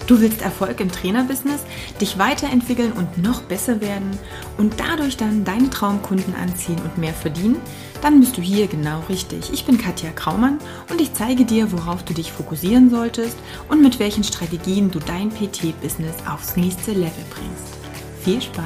Du willst Erfolg im Trainerbusiness, dich weiterentwickeln und noch besser werden und dadurch dann deine Traumkunden anziehen und mehr verdienen? Dann bist du hier genau richtig. Ich bin Katja Kraumann und ich zeige dir, worauf du dich fokussieren solltest und mit welchen Strategien du dein PT-Business aufs nächste Level bringst. Viel Spaß!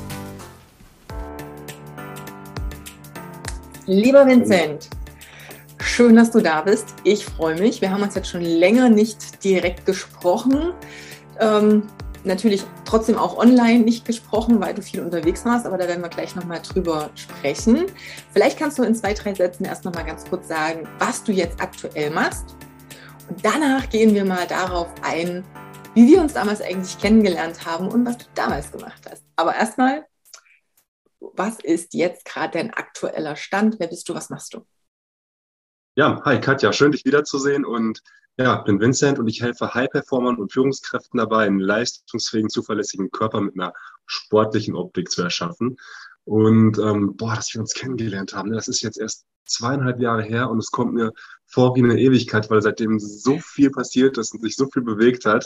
Lieber Vincent, schön, dass du da bist. Ich freue mich. Wir haben uns jetzt schon länger nicht direkt gesprochen. Natürlich trotzdem auch online nicht gesprochen, weil du viel unterwegs warst, aber da werden wir gleich nochmal drüber sprechen. Vielleicht kannst du in 2, 3 Sätzen erst nochmal ganz kurz sagen, was du jetzt aktuell machst. Und danach gehen wir mal darauf ein, wie wir uns damals eigentlich kennengelernt haben und was du damals gemacht hast. Aber erstmal, was ist jetzt gerade dein aktueller Stand? Wer bist du? Was machst du? Ja, hi Katja, schön dich wiederzusehen und ja, bin Vincent und ich helfe High-Performern und Führungskräften dabei, einen leistungsfähigen, zuverlässigen Körper mit einer sportlichen Optik zu erschaffen. Und dass wir uns kennengelernt haben, das ist jetzt erst 2,5 Jahre her und es kommt mir vor wie eine Ewigkeit, weil seitdem so viel passiert ist und sich so viel bewegt hat.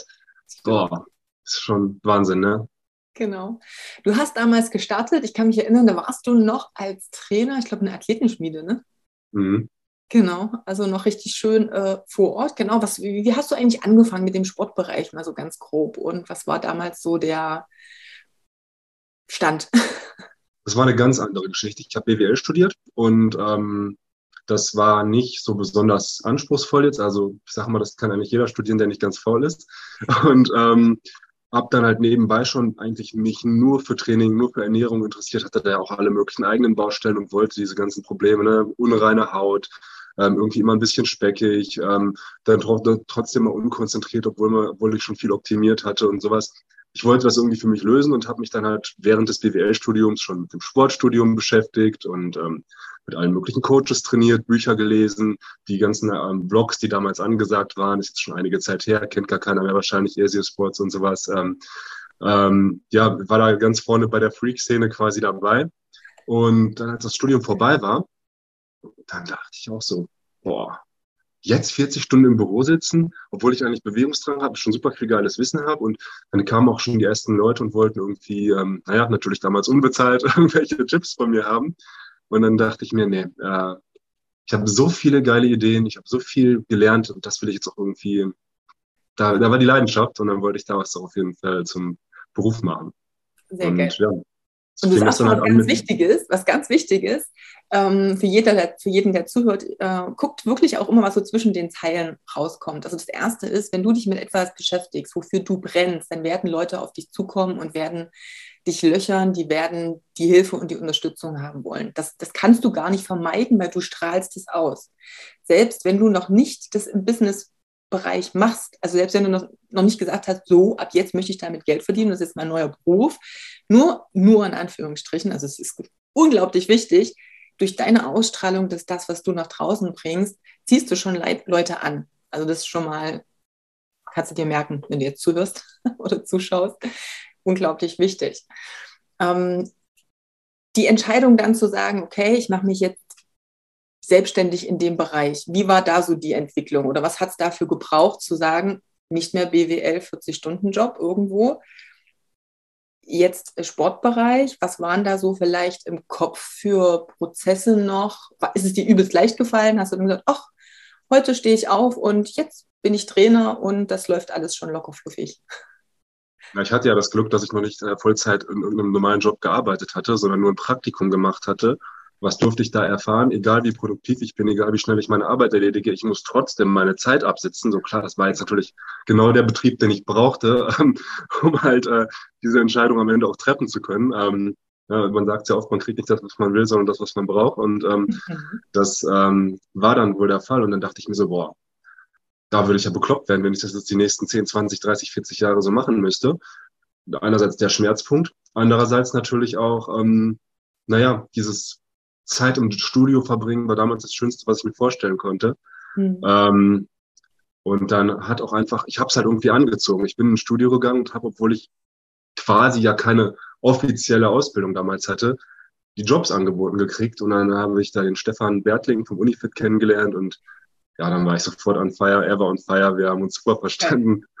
Ist schon Wahnsinn, ne? Genau. Du hast damals gestartet, ich kann mich erinnern, da warst du noch als Trainer, ich glaube, eine Athletenschmiede, ne? Mhm. Genau, also noch richtig schön vor Ort. Genau, wie hast du eigentlich angefangen mit dem Sportbereich, mal so ganz grob? Und was war damals so der Stand? Das war eine ganz andere Geschichte. Ich habe BWL studiert und das war nicht so besonders anspruchsvoll jetzt. Also ich sage mal, das kann eigentlich jeder studieren, der nicht ganz faul ist. Und habe dann halt nebenbei schon eigentlich mich nur für Training, nur für Ernährung interessiert, hatte da ja auch alle möglichen eigenen Baustellen und wollte diese ganzen Probleme, ne, unreine Haut, irgendwie immer ein bisschen speckig, dann trotzdem mal unkonzentriert, obwohl ich schon viel optimiert hatte und sowas. Ich wollte das irgendwie für mich lösen und habe mich dann halt während des BWL-Studiums schon mit dem Sportstudium beschäftigt und mit allen möglichen Coaches trainiert, Bücher gelesen, die ganzen Blogs, die damals angesagt waren, ist jetzt schon einige Zeit her, kennt gar keiner mehr wahrscheinlich, Asia Sports und sowas. War da ganz vorne bei der Freak-Szene quasi dabei. Und dann, als das Studium vorbei war, dann dachte ich auch so, jetzt 40 Stunden im Büro sitzen, obwohl ich eigentlich Bewegungsdrang habe, schon super viel geiles Wissen habe. Und dann kamen auch schon die ersten Leute und wollten irgendwie, natürlich damals unbezahlt, irgendwelche Tipps von mir haben. Und dann dachte ich mir, nee, ich habe so viele geile Ideen, ich habe so viel gelernt und das will ich jetzt auch irgendwie, da war die Leidenschaft und dann wollte ich da was auf jeden Fall zum Beruf machen. Sehr geil. Und ja, so Und du fing das sagst dann schon halt an mit. was ganz wichtig ist, für jeden, der zuhört, guckt wirklich auch immer, was so zwischen den Zeilen rauskommt. Also das Erste ist, wenn du dich mit etwas beschäftigst, wofür du brennst, dann werden Leute auf dich zukommen und werden dich löchern, die werden die Hilfe und die Unterstützung haben wollen. Das kannst du gar nicht vermeiden, weil du strahlst es aus. Selbst wenn du noch nicht das im Business-Bereich machst, also selbst wenn du noch nicht gesagt hast, so, ab jetzt möchte ich damit Geld verdienen, das ist mein neuer Beruf, nur in Anführungsstrichen, also es ist unglaublich wichtig, durch deine Ausstrahlung, dass das, was du nach draußen bringst, ziehst du schon Leute an. Also das ist schon mal, kannst du dir merken, wenn du jetzt zuhörst oder zuschaust, unglaublich wichtig. Die Entscheidung dann zu sagen, okay, ich mache mich jetzt selbstständig in dem Bereich. Wie war da so die Entwicklung oder was hat es dafür gebraucht zu sagen, nicht mehr BWL 40-Stunden-Job irgendwo, jetzt Sportbereich, was waren da so vielleicht im Kopf für Prozesse noch? Ist es dir übelst leicht gefallen? Hast du dann gesagt, ach, heute stehe ich auf und jetzt bin ich Trainer und das läuft alles schon locker fluffig? Ja, ich hatte ja das Glück, dass ich noch nicht Vollzeit in irgendeinem normalen Job gearbeitet hatte, sondern nur ein Praktikum gemacht hatte. Was durfte ich da erfahren? Egal wie produktiv ich bin, egal wie schnell ich meine Arbeit erledige, ich muss trotzdem meine Zeit absitzen. So klar, das war jetzt natürlich genau der Betrieb, den ich brauchte, um halt diese Entscheidung am Ende auch treffen zu können. Man sagt ja oft, man kriegt nicht das, was man will, sondern das, was man braucht. Und das war dann wohl der Fall. Und dann dachte ich mir so, da würde ich ja bekloppt werden, wenn ich das jetzt die nächsten 10, 20, 30, 40 Jahre so machen müsste. Einerseits der Schmerzpunkt, andererseits natürlich auch, dieses Zeit im Studio verbringen war damals das Schönste, was ich mir vorstellen konnte. Mhm. Und dann hat auch einfach, ich habe es halt irgendwie angezogen. Ich bin ins Studio gegangen und habe, obwohl ich quasi ja keine offizielle Ausbildung damals hatte, die Jobs angeboten gekriegt. Und dann habe ich da den Stefan Bertling vom Unifit kennengelernt und ja, dann war ich sofort on fire, er war on fire, wir haben uns super verstanden.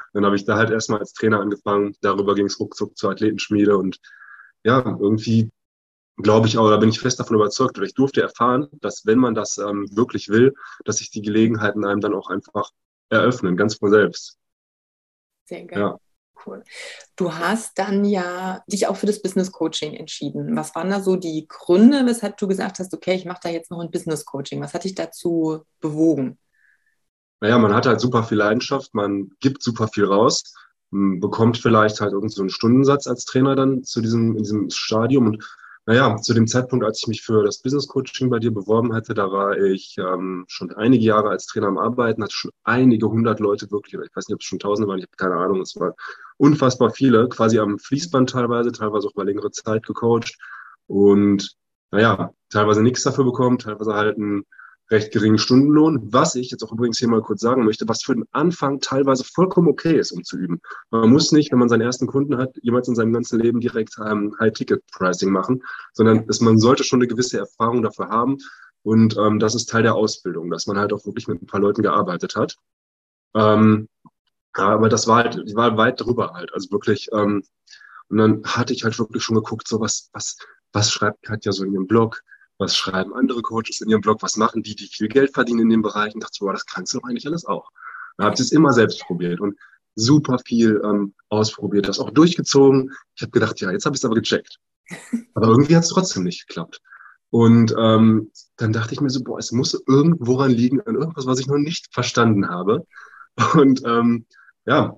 Dann habe ich da halt erstmal als Trainer angefangen. Darüber ging es ruckzuck zur Athletenschmiede und ja, irgendwie glaube ich auch, da bin ich fest davon überzeugt, oder ich durfte erfahren, dass wenn man das wirklich will, dass sich die Gelegenheiten einem dann auch einfach eröffnen, ganz von selbst. Sehr geil. Ja. Cool. Du hast dann ja dich auch für das Business Coaching entschieden. Was waren da so die Gründe, weshalb du gesagt hast, okay, ich mache da jetzt noch ein Business Coaching? Was hat dich dazu bewogen? Naja, man hat halt super viel Leidenschaft, man gibt super viel raus, bekommt vielleicht halt irgend so einen Stundensatz als Trainer dann in diesem Stadium. Und naja, zu dem Zeitpunkt, als ich mich für das Business Coaching bei dir beworben hatte, da war ich schon einige Jahre als Trainer am Arbeiten, hatte schon einige hundert Leute wirklich, oder ich weiß nicht, ob es schon Tausende waren, ich habe keine Ahnung, es waren unfassbar viele, quasi am Fließband teilweise auch über längere Zeit gecoacht und naja, teilweise nichts dafür bekommen, teilweise halt ein recht geringen Stundenlohn, was ich jetzt auch übrigens hier mal kurz sagen möchte, was für den Anfang teilweise vollkommen okay ist, um zu üben. Man muss nicht, wenn man seinen ersten Kunden hat, jemals in seinem ganzen Leben direkt High-Ticket-Pricing machen, sondern man sollte schon eine gewisse Erfahrung dafür haben. Und das ist Teil der Ausbildung, dass man halt auch wirklich mit ein paar Leuten gearbeitet hat. Ähm, aber das war halt, ich war weit drüber halt, also wirklich. Und dann hatte ich halt wirklich schon geguckt, so was schreibt Katja so in ihrem Blog? Was schreiben andere Coaches in ihrem Blog? Was machen die, die viel Geld verdienen in dem Bereich? Und dachte so, boah, das kannst du doch eigentlich alles auch. Da habe ich es immer selbst probiert und super viel ausprobiert, das auch durchgezogen. Ich habe gedacht, ja, jetzt habe ich es aber gecheckt. Aber irgendwie hat es trotzdem nicht geklappt. Und dann dachte ich mir so, boah, es muss irgendworan liegen, an irgendwas, was ich noch nicht verstanden habe. Und ja,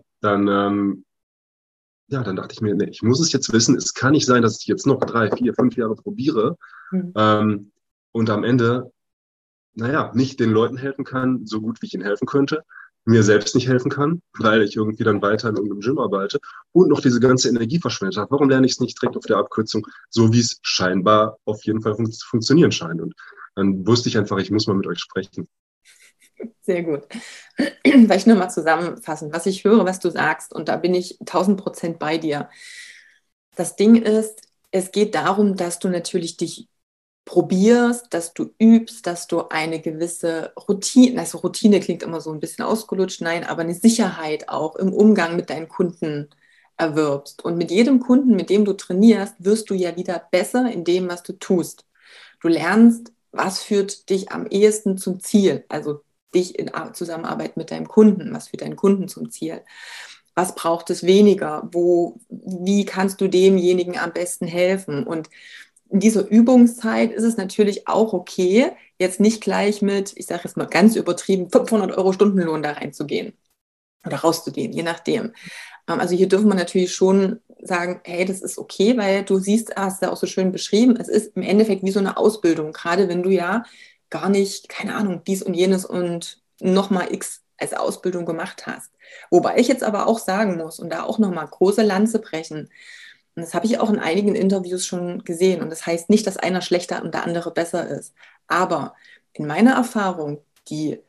dann dachte ich mir, nee, ich muss es jetzt wissen. Es kann nicht sein, dass ich jetzt noch 3, 4, 5 Jahre probiere Mhm. ähm, und am Ende, naja, nicht den Leuten helfen kann, so gut wie ich ihnen helfen könnte, mir selbst nicht helfen kann, weil ich irgendwie dann weiter in irgendeinem Gym arbeite und noch diese ganze Energie verschwendet habe. Warum lerne ich es nicht direkt auf der Abkürzung, so wie es scheinbar auf jeden Fall zu funktionieren scheint? Und dann wusste ich einfach, ich muss mal mit euch sprechen. Sehr gut. Vielleicht nochmal zusammenfassen, was ich höre, was du sagst, und da bin ich 1000% bei dir. Das Ding ist, es geht darum, dass du natürlich dich probierst, dass du übst, dass du eine gewisse Routine, also Routine klingt immer so ein bisschen ausgelutscht, nein, aber eine Sicherheit auch im Umgang mit deinen Kunden erwirbst. Und mit jedem Kunden, mit dem du trainierst, wirst du ja wieder besser in dem, was du tust. Du lernst, was führt dich am ehesten zum Ziel, also dich in Zusammenarbeit mit deinem Kunden, was führt deinen Kunden zum Ziel. Was braucht es weniger? Wie kannst du demjenigen am besten helfen? Und in dieser Übungszeit ist es natürlich auch okay, jetzt nicht gleich mit, ich sage jetzt mal ganz übertrieben, 500 € Stundenlohn da reinzugehen oder rauszugehen, je nachdem. Also hier dürfen wir natürlich schon sagen, hey, das ist okay, weil du siehst, hast du ja auch so schön beschrieben, es ist im Endeffekt wie so eine Ausbildung, gerade wenn du ja gar nicht, keine Ahnung, dies und jenes und nochmal X als Ausbildung gemacht hast. Wobei ich jetzt aber auch sagen muss und da auch nochmal große Lanze brechen, und das habe ich auch in einigen Interviews schon gesehen. Und das heißt nicht, dass einer schlechter und der andere besser ist. Aber in meiner Erfahrung, die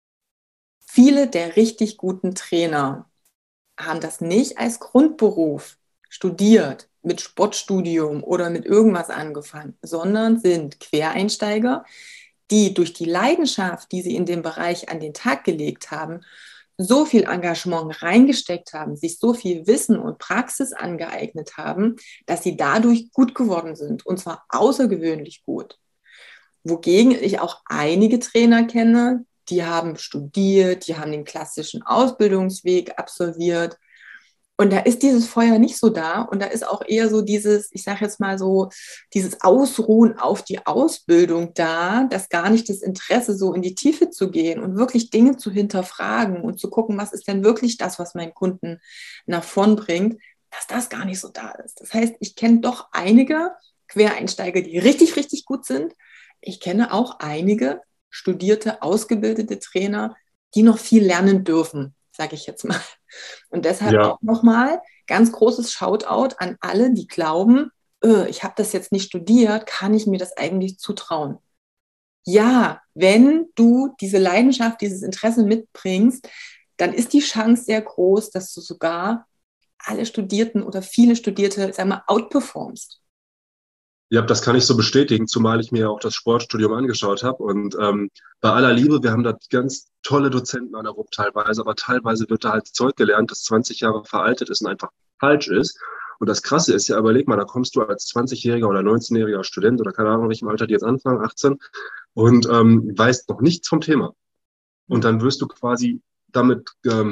viele der richtig guten Trainer haben das nicht als Grundberuf studiert, mit Sportstudium oder mit irgendwas angefangen, sondern sind Quereinsteiger, die durch die Leidenschaft, die sie in dem Bereich an den Tag gelegt haben, so viel Engagement reingesteckt haben, sich so viel Wissen und Praxis angeeignet haben, dass sie dadurch gut geworden sind und zwar außergewöhnlich gut. Wogegen ich auch einige Trainer kenne, die haben studiert, die haben den klassischen Ausbildungsweg absolviert, und da ist dieses Feuer nicht so da und da ist auch eher so dieses, ich sage jetzt mal so, dieses Ausruhen auf die Ausbildung da, dass gar nicht das Interesse so in die Tiefe zu gehen und wirklich Dinge zu hinterfragen und zu gucken, was ist denn wirklich das, was meinen Kunden nach vorn bringt, dass das gar nicht so da ist. Das heißt, ich kenne doch einige Quereinsteiger, die richtig, richtig gut sind. Ich kenne auch einige studierte, ausgebildete Trainer, die noch viel lernen dürfen, sage ich jetzt mal. Und deshalb Ja, auch nochmal ganz großes Shoutout an alle, die glauben, ich habe das jetzt nicht studiert, kann ich mir das eigentlich zutrauen? Ja, wenn du diese Leidenschaft, dieses Interesse mitbringst, dann ist die Chance sehr groß, dass du sogar alle Studierten oder viele Studierte, sag mal, outperformst. Ja, das kann ich so bestätigen, zumal ich mir auch das Sportstudium angeschaut habe. Und bei aller Liebe, wir haben da ganz tolle Dozenten an der RUB teilweise, aber teilweise wird da halt Zeug gelernt, das 20 Jahre veraltet ist und einfach falsch ist. Und das Krasse ist ja, überleg mal, da kommst du als 20-jähriger oder 19-jähriger Student oder keine Ahnung, in welchem Alter die jetzt anfangen, 18, und weißt noch nichts vom Thema. Und dann wirst du quasi damit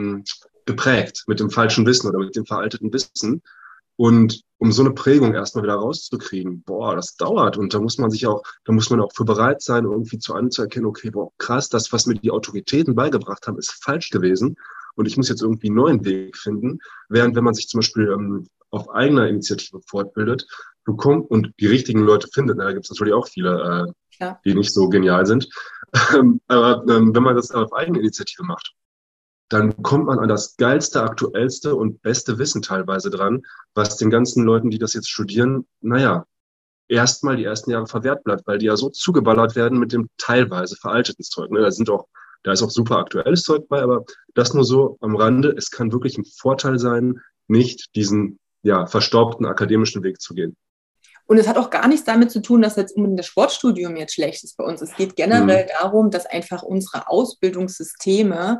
geprägt, mit dem falschen Wissen oder mit dem veralteten Wissen. Und um so eine Prägung erstmal wieder rauszukriegen, boah, das dauert. Und da muss man auch für bereit sein, irgendwie anzuerkennen, okay, boah, krass, das, was mir die Autoritäten beigebracht haben, ist falsch gewesen. Und ich muss jetzt irgendwie einen neuen Weg finden. Während wenn man sich zum Beispiel auf eigener Initiative fortbildet, bekommt und die richtigen Leute findet, da gibt es natürlich auch viele, die nicht so genial sind. Aber wenn man das auf eigene Initiative macht, dann kommt man an das geilste, aktuellste und beste Wissen teilweise dran, was den ganzen Leuten, die das jetzt studieren, naja, erstmal die ersten Jahre verwehrt bleibt, weil die ja so zugeballert werden mit dem teilweise veralteten Zeug. Ne? Da ist auch super aktuelles Zeug bei, aber das nur so am Rande. Es kann wirklich ein Vorteil sein, nicht diesen verstaubten akademischen Weg zu gehen. Und es hat auch gar nichts damit zu tun, dass jetzt unbedingt das Sportstudium jetzt schlecht ist bei uns. Es geht generell darum, dass einfach unsere Ausbildungssysteme,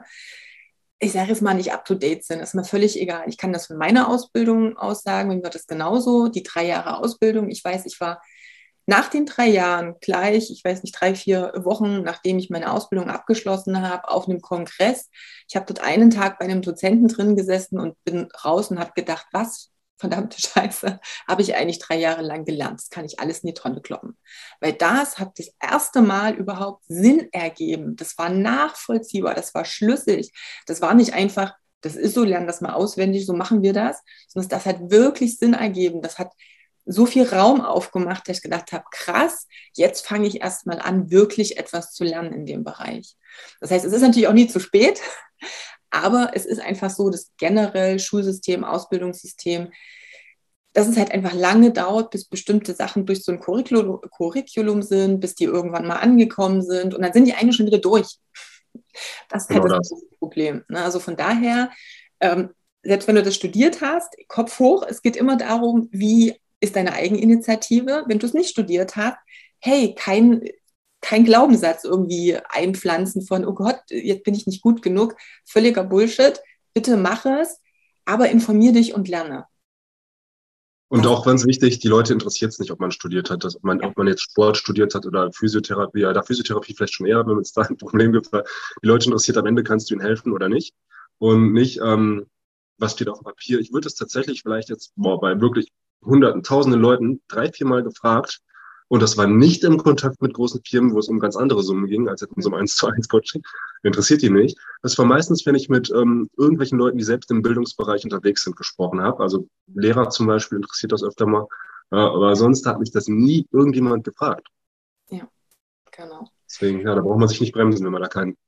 ich sage jetzt mal, nicht up-to-date sind. Das ist mir völlig egal. Ich kann das von meiner Ausbildung aus sagen, mir wird das genauso, die 3 Jahre Ausbildung. Ich weiß, ich war nach den 3 Jahren gleich, ich weiß nicht, 3, 4 Wochen, nachdem ich meine Ausbildung abgeschlossen habe, auf einem Kongress. Ich habe dort einen Tag bei einem Dozenten drin gesessen und bin raus und habe gedacht, was verdammte Scheiße, habe ich eigentlich 3 Jahre lang gelernt. Das kann ich alles in die Tonne kloppen. Weil das hat das erste Mal überhaupt Sinn ergeben. Das war nachvollziehbar, das war schlüssig. Das war nicht einfach, das ist so, lernen das mal auswendig, so machen wir das, sondern das hat wirklich Sinn ergeben. Das hat so viel Raum aufgemacht, dass ich gedacht habe, krass, jetzt fange ich erst mal an, wirklich etwas zu lernen in dem Bereich. Das heißt, es ist natürlich auch nie zu spät, aber es ist einfach so, dass generell Schulsystem, Ausbildungssystem, dass es halt einfach lange dauert, bis bestimmte Sachen durch so ein Curriculum sind, bis die irgendwann mal angekommen sind und dann sind die eigentlich schon wieder durch. Das ist halt das Problem. Also von daher, selbst wenn du das studiert hast, Kopf hoch, es geht immer darum, wie ist deine Eigeninitiative. Wenn du es nicht studiert hast, hey, kein Glaubenssatz irgendwie einpflanzen von, oh Gott, jetzt bin ich nicht gut genug, völliger Bullshit, bitte mach es, aber informier dich und lerne. Und auch ganz wichtig, die Leute interessiert es nicht, ob man studiert hat, ob man jetzt Sport studiert hat oder Physiotherapie, da Physiotherapie vielleicht schon eher, wenn es da ein Problem gibt, weil die Leute interessiert, am Ende kannst du ihnen helfen oder nicht und nicht, was steht auf dem Papier. Ich würde es tatsächlich vielleicht jetzt bei wirklich Hunderten, Tausenden Leuten 3, 4 Mal gefragt. Und das war nicht im Kontakt mit großen Firmen, wo es um ganz andere Summen ging, als in so einem 1:1 Coaching. Interessiert die nicht. Das war meistens, wenn ich mit irgendwelchen Leuten, die selbst im Bildungsbereich unterwegs sind, gesprochen habe. Also Lehrer zum Beispiel interessiert das öfter mal. Aber sonst hat mich das nie irgendjemand gefragt. Ja, genau. Deswegen, da braucht man sich nicht bremsen, wenn man da keinen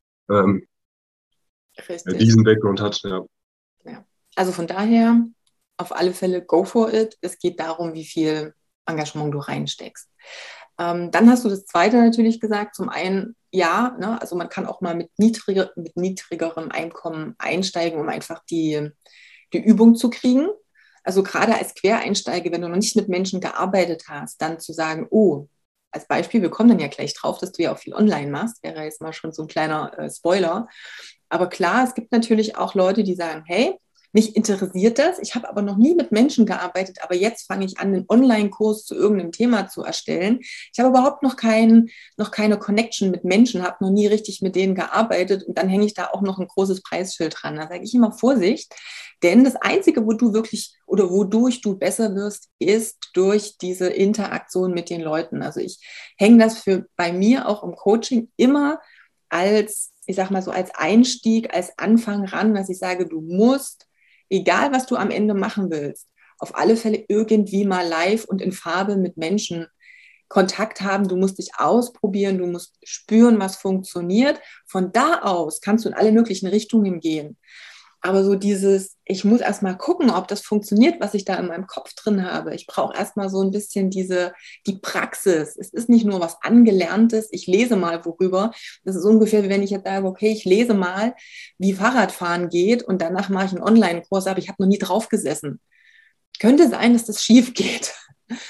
diesen Background hat. Ja. Also von daher, auf alle Fälle go for it. Es geht darum, wie viel Engagement du reinsteckst. Dann hast du das Zweite natürlich gesagt. Zum einen, also man kann auch mal mit niedrigerem Einkommen einsteigen, um einfach die Übung zu kriegen. Also gerade als Quereinsteiger, wenn du noch nicht mit Menschen gearbeitet hast, dann zu sagen, als Beispiel, wir kommen dann ja gleich drauf, dass du ja auch viel online machst, wäre jetzt mal schon so ein kleiner Spoiler. Aber klar, es gibt natürlich auch Leute, die sagen, hey, mich interessiert das, ich habe aber noch nie mit Menschen gearbeitet, aber jetzt fange ich an, einen Online-Kurs zu irgendeinem Thema zu erstellen. Ich habe überhaupt noch keine Connection mit Menschen, habe noch nie richtig mit denen gearbeitet und dann hänge ich da auch noch ein großes Preisschild dran. Da sage ich immer Vorsicht, denn das Einzige, wodurch du besser wirst, ist durch diese Interaktion mit den Leuten. Also ich hänge das bei mir auch im Coaching immer als, ich sag mal so, als Einstieg, als Anfang ran, dass ich sage, du musst, egal was du am Ende machen willst, auf alle Fälle irgendwie mal live und in Farbe mit Menschen Kontakt haben. Du musst dich ausprobieren, du musst spüren, was funktioniert. Von da aus kannst du in alle möglichen Richtungen gehen. Aber so ich muss erst mal gucken, ob das funktioniert, was ich da in meinem Kopf drin habe. Ich brauche erst mal so ein bisschen die Praxis. Es ist nicht nur was Angelerntes, ich lese mal worüber. Das ist ungefähr, wie wenn ich jetzt sage, okay, ich lese mal, wie Fahrradfahren geht und danach mache ich einen Online-Kurs, aber ich habe noch nie drauf gesessen. Könnte sein, dass das schief geht.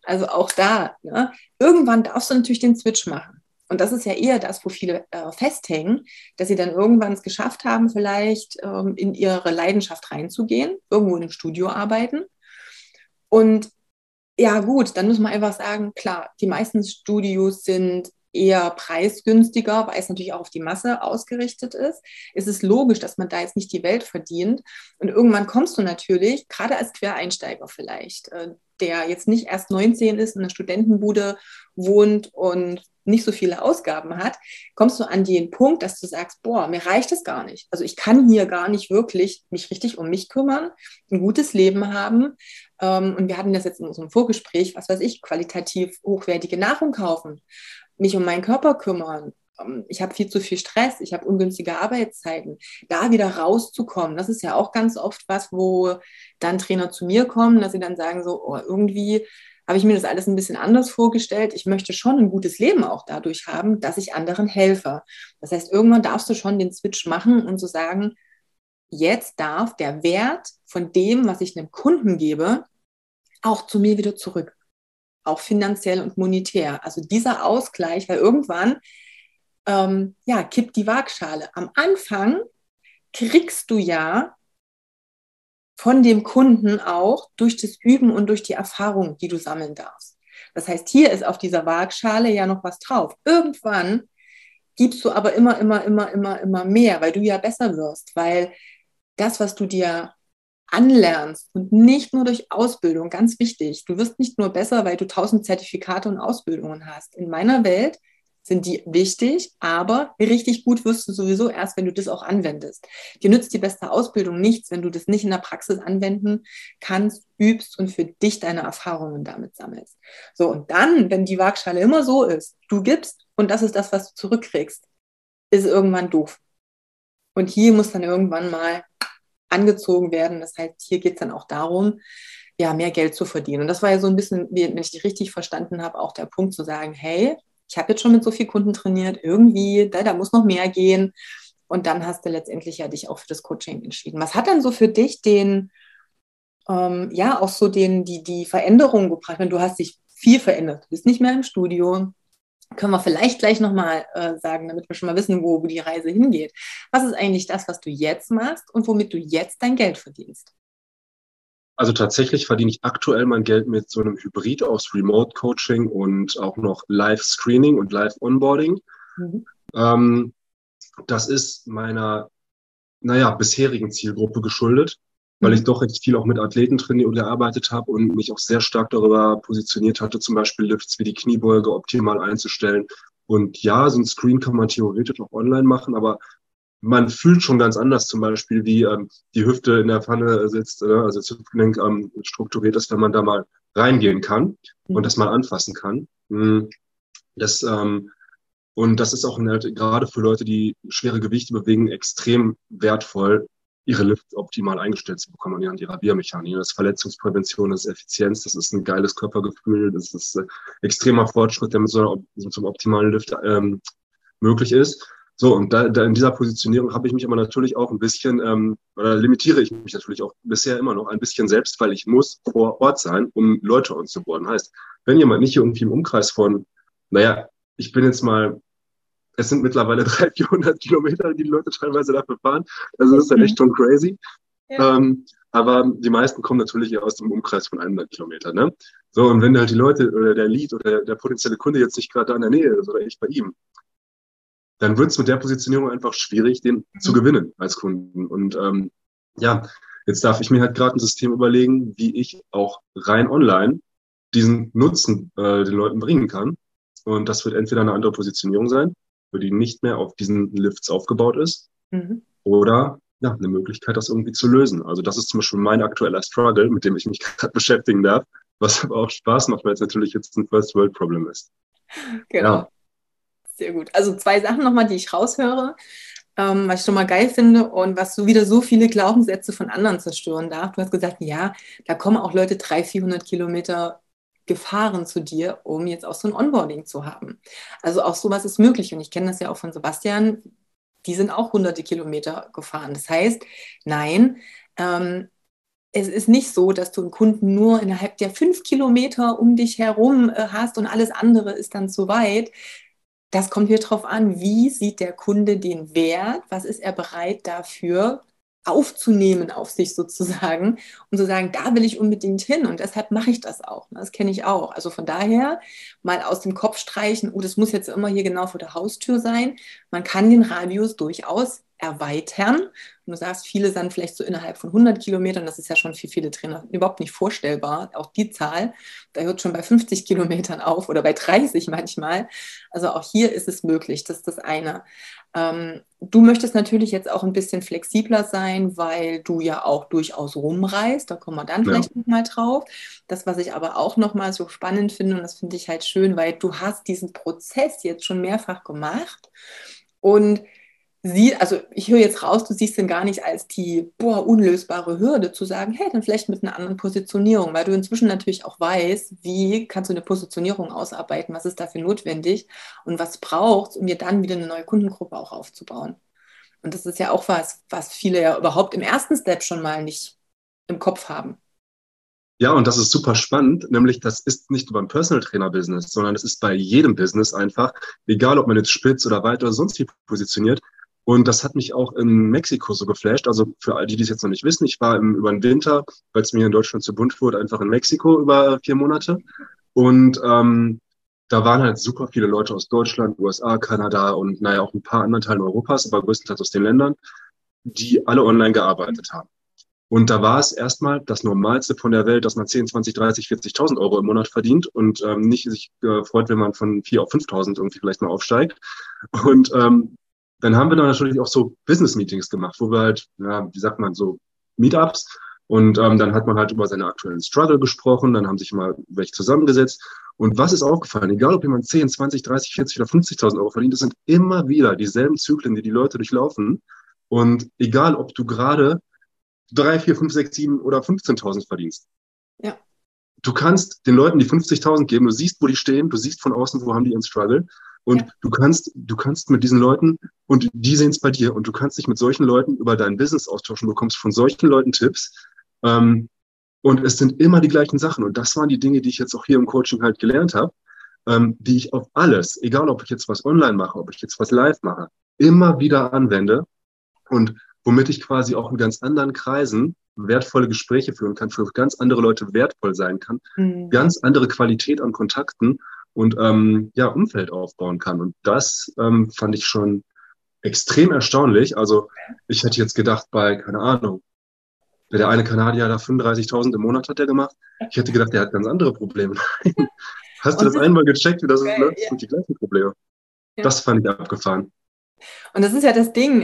Also auch da, ne? Irgendwann darfst du natürlich den Switch machen. Und das ist ja eher das, wo viele festhängen, dass sie dann irgendwann es geschafft haben, vielleicht in ihre Leidenschaft reinzugehen, irgendwo in einem Studio arbeiten. Und ja gut, dann muss man einfach sagen, klar, die meisten Studios sind eher preisgünstiger, weil es natürlich auch auf die Masse ausgerichtet ist. Es ist logisch, dass man da jetzt nicht die Welt verdient. Und irgendwann kommst du natürlich, gerade als Quereinsteiger vielleicht, der jetzt nicht erst 19 ist, in einer Studentenbude wohnt und nicht so viele Ausgaben hat, kommst du an den Punkt, dass du sagst, boah, mir reicht es gar nicht. Also ich kann hier gar nicht wirklich mich richtig um mich kümmern, ein gutes Leben haben. Und wir hatten das jetzt in unserem Vorgespräch, was weiß ich, qualitativ hochwertige Nahrung kaufen, mich um meinen Körper kümmern. Ich habe viel zu viel Stress, ich habe ungünstige Arbeitszeiten. Da wieder rauszukommen, das ist ja auch ganz oft was, wo dann Trainer zu mir kommen, dass sie dann sagen so, oh, irgendwie habe ich mir das alles ein bisschen anders vorgestellt. Ich möchte schon ein gutes Leben auch dadurch haben, dass ich anderen helfe. Das heißt, irgendwann darfst du schon den Switch machen und so sagen, jetzt darf der Wert von dem, was ich einem Kunden gebe, auch zu mir wieder zurück. Auch finanziell und monetär. Also dieser Ausgleich, weil irgendwann ja, kippt die Waagschale. Am Anfang kriegst du ja von dem Kunden auch durch das Üben und durch die Erfahrung, die du sammeln darfst. Das heißt, hier ist auf dieser Waagschale ja noch was drauf. Irgendwann gibst du aber immer mehr, weil du ja besser wirst, weil das, was du dir anlernst und nicht nur durch Ausbildung, ganz wichtig, du wirst nicht nur besser, weil du 1000 Zertifikate und Ausbildungen hast. In meiner Welt sind die wichtig, aber richtig gut wirst du sowieso erst, wenn du das auch anwendest. Dir nützt die beste Ausbildung nichts, wenn du das nicht in der Praxis anwenden kannst, übst und für dich deine Erfahrungen damit sammelst. So, und dann, wenn die Waagschale immer so ist, du gibst und das ist das, was du zurückkriegst, ist irgendwann doof. Und hier muss dann irgendwann mal angezogen werden. Das heißt, hier geht es dann auch darum, ja, mehr Geld zu verdienen. Und das war ja so ein bisschen, wenn ich dich richtig verstanden habe, auch der Punkt zu sagen, hey, ich habe jetzt schon mit so vielen Kunden trainiert, irgendwie, da muss noch mehr gehen. Und dann hast du letztendlich ja dich auch für das Coaching entschieden. Was hat dann so für dich ja, auch so die Veränderung gebracht? Wenn du hast dich viel verändert, du bist nicht mehr im Studio, können wir vielleicht gleich nochmal sagen, damit wir schon mal wissen, wo die Reise hingeht. Was ist eigentlich das, was du jetzt machst und womit du jetzt dein Geld verdienst? Also tatsächlich verdiene ich aktuell mein Geld mit so einem Hybrid aus Remote-Coaching und auch noch Live-Screening und Live-Onboarding. Mhm. Ähm, Das ist meiner, naja, bisherigen Zielgruppe geschuldet, weil ich Mhm. doch jetzt viel auch mit Athleten trainiert und gearbeitet habe und mich auch sehr stark darüber positioniert hatte, zum Beispiel Lifts wie die Kniebeuge optimal einzustellen. Und ja, so ein Screen kann man theoretisch auch online machen, aber man fühlt schon ganz anders, zum Beispiel, wie die Hüfte in der Pfanne sitzt, also das Hüftgelenk strukturiert ist, wenn man da mal reingehen kann und Mhm. das mal anfassen kann. Das, und das ist auch halt, gerade für Leute, die schwere Gewichte bewegen, extrem wertvoll, ihre Lifts optimal eingestellt zu bekommen anhand ihrer Biomechanik. Das ist Verletzungsprävention, das ist Effizienz, das ist ein geiles Körpergefühl, das ist extremer Fortschritt, der mit so einem optimalen Lift möglich ist. So, und da in dieser Positionierung habe ich mich aber natürlich auch ein bisschen, oder limitiere ich mich natürlich auch bisher immer noch ein bisschen selbst, weil ich muss vor Ort sein, um Leute onzuboarden. Heißt, wenn jemand nicht irgendwie im Umkreis von, naja, ich bin jetzt mal, es sind mittlerweile 300, 400 Kilometer, die Leute teilweise dafür fahren. Also das ist halt echt Mhm. schon crazy. Ja. Aber die meisten kommen natürlich eher aus dem Umkreis von 100 Kilometern. Ne? So, und wenn halt die Leute oder der Lead oder der potenzielle Kunde jetzt nicht gerade da in der Nähe ist oder ich bei ihm, dann wird es mit der Positionierung einfach schwierig, den zu Mhm. gewinnen als Kunden. Und ja, jetzt darf ich mir halt gerade ein System überlegen, wie ich auch rein online diesen Nutzen den Leuten bringen kann. Und das wird entweder eine andere Positionierung sein, für die nicht mehr auf diesen Lifts aufgebaut ist, Mhm. oder ja, eine Möglichkeit, das irgendwie zu lösen. Also das ist zum Beispiel mein aktueller Struggle, mit dem ich mich gerade beschäftigen darf, was aber auch Spaß macht, weil es natürlich jetzt ein First World Problem ist. Genau, Ja, sehr gut. Also zwei Sachen nochmal, die ich raushöre, was ich schon mal geil finde und was so wieder so viele Glaubenssätze von anderen zerstören darf. Du hast gesagt, ja, da kommen auch Leute 300, 400 Kilometer gefahren zu dir, um jetzt auch so ein Onboarding zu haben. Also auch sowas ist möglich und ich kenne das ja auch von Sebastian, die sind auch hunderte Kilometer gefahren. Das heißt, nein, ähm, es ist nicht so, dass du einen Kunden nur innerhalb der 5 Kilometer um dich herum hast und alles andere ist dann zu weit. Das kommt hier drauf an, wie sieht der Kunde den Wert, was ist er bereit dafür aufzunehmen auf sich sozusagen und zu sagen, da will ich unbedingt hin und deshalb mache ich das auch. Das kenne ich auch. Also von daher mal aus dem Kopf streichen, oh, das muss jetzt immer hier genau vor der Haustür sein. Man kann den Radius durchaus erweitern. Und du sagst, viele sind vielleicht so innerhalb von 100 Kilometern, das ist ja schon für viele Trainer überhaupt nicht vorstellbar, auch die Zahl, da hört schon bei 50 Kilometern auf oder bei 30 manchmal. Also auch hier ist es möglich, das ist das eine. Du möchtest natürlich jetzt auch ein bisschen flexibler sein, weil du ja auch durchaus rumreist, da kommen wir dann Ja. vielleicht nochmal drauf. Das, was ich aber auch nochmal so spannend finde, und das finde ich halt schön, weil du hast diesen Prozess jetzt schon mehrfach gemacht und also ich höre jetzt raus, du siehst den gar nicht als die unlösbare Hürde zu sagen, hey, dann vielleicht mit einer anderen Positionierung, weil du inzwischen natürlich auch weißt, wie kannst du eine Positionierung ausarbeiten, was ist dafür notwendig und was braucht es, um dir dann wieder eine neue Kundengruppe auch aufzubauen. Und das ist ja auch was viele ja überhaupt im ersten Step schon mal nicht im Kopf haben. Ja, und das ist super spannend, nämlich das ist nicht nur beim Personal Trainer Business, sondern es ist bei jedem Business einfach, egal ob man jetzt spitz oder weit oder sonst wie positioniert. Und das hat mich auch in Mexiko so geflasht. Also für all die, die es jetzt noch nicht wissen, ich war über den Winter, weil es mir in Deutschland zu bunt wurde, einfach in Mexiko über 4 Monate. Und da waren halt super viele Leute aus Deutschland, USA, Kanada und naja, auch ein paar anderen Teilen Europas, aber größtenteils aus den Ländern, die alle online gearbeitet haben. Und da war es erstmal das Normalste von der Welt, dass man 10, 20, 30, 40.000 Euro im Monat verdient und nicht sich freut, wenn man von 4 auf 5.000 irgendwie vielleicht mal aufsteigt. Und dann haben wir dann natürlich auch so Business-Meetings gemacht, wo wir halt, ja, wie sagt man, so Meetups. Und dann hat man halt über seine aktuellen Struggle gesprochen, dann haben sich mal welche zusammengesetzt. Und was ist aufgefallen? Egal, ob jemand 10, 20, 30, 40 oder 50.000 Euro verdient, das sind immer wieder dieselben Zyklen, die die Leute durchlaufen. Und egal, ob du gerade 3, 4, 5, 6, 7 oder 15.000 verdienst. Ja. Du kannst den Leuten die 50.000 geben, du siehst, wo die stehen, du siehst von außen, wo haben die ihren Struggle und Ja. du kannst mit diesen Leuten und die sehen es bei dir und du kannst dich mit solchen Leuten über dein Business austauschen, bekommst von solchen Leuten Tipps und es sind immer die gleichen Sachen und das waren die Dinge, die ich jetzt auch hier im Coaching halt gelernt habe, die ich auf alles, egal ob ich jetzt was online mache, ob ich jetzt was live mache, immer wieder anwende und womit ich quasi auch in ganz anderen Kreisen wertvolle Gespräche führen kann, für ganz andere Leute wertvoll sein kann, ganz andere Qualität an Kontakten und ja, Umfeld aufbauen kann. Und das fand ich schon extrem erstaunlich. Also ich hätte jetzt gedacht, keine Ahnung, der eine Kanadier da 35.000 im Monat hat der gemacht. Ich hätte gedacht, der hat ganz andere Probleme. Hast du Und das einmal gecheckt, wie das läuft? Das ja. sind die gleichen Probleme. Ja. Das fand ich abgefahren. Und das ist ja das Ding.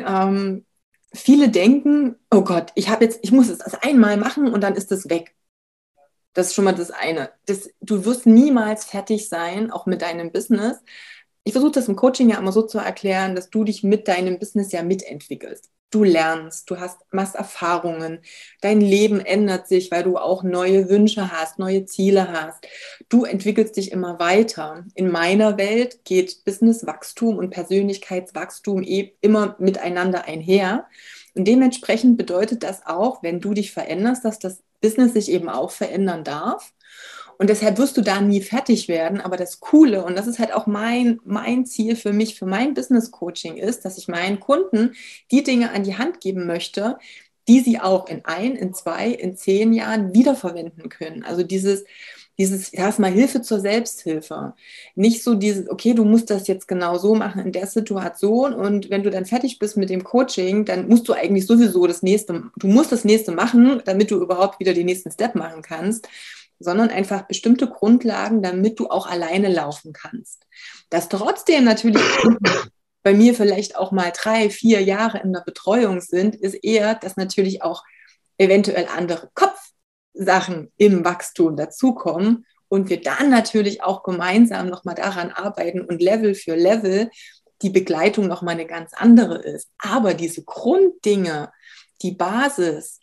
Viele denken, oh Gott, ich muss es das einmal machen und dann ist es weg. Das ist schon mal das eine. Du wirst niemals fertig sein, auch mit deinem Business. Ich versuche das im Coaching ja immer so zu erklären, dass du dich mit deinem Business ja mitentwickelst. Du lernst, machst Erfahrungen, dein Leben ändert sich, weil du auch neue Wünsche hast, neue Ziele hast. Du entwickelst dich immer weiter. In meiner Welt geht Businesswachstum und Persönlichkeitswachstum immer miteinander einher. Und dementsprechend bedeutet das auch, wenn du dich veränderst, dass das Business sich eben auch verändern darf. Und deshalb wirst du da nie fertig werden. Aber das Coole, und das ist halt auch mein Ziel für mich, für mein Business Coaching ist, dass ich meinen Kunden die Dinge an die Hand geben möchte, die sie auch in 1, in 2, in 10 Jahren wiederverwenden können. Also dieses, ich sag mal, Hilfe zur Selbsthilfe. Nicht so dieses, okay, du musst das jetzt genau so machen in der Situation und wenn du dann fertig bist mit dem Coaching, dann musst du eigentlich sowieso du musst das nächste machen, damit du überhaupt wieder den nächsten Step machen kannst, sondern einfach bestimmte Grundlagen, damit du auch alleine laufen kannst. Dass trotzdem natürlich bei mir vielleicht auch mal 3, 4 Jahre in der Betreuung sind, ist eher, dass natürlich auch eventuell andere Kopfsachen im Wachstum dazukommen und wir dann natürlich auch gemeinsam nochmal daran arbeiten und Level für Level die Begleitung nochmal eine ganz andere ist. Aber diese Grunddinge, die Basis,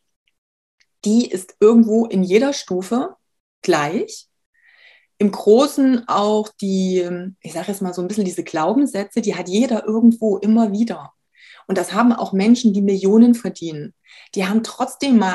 die ist irgendwo in jeder Stufe gleich. Im Großen auch ich sage jetzt mal so ein bisschen diese Glaubenssätze, die hat jeder irgendwo immer wieder. Und das haben auch Menschen, die Millionen verdienen. Die haben trotzdem mal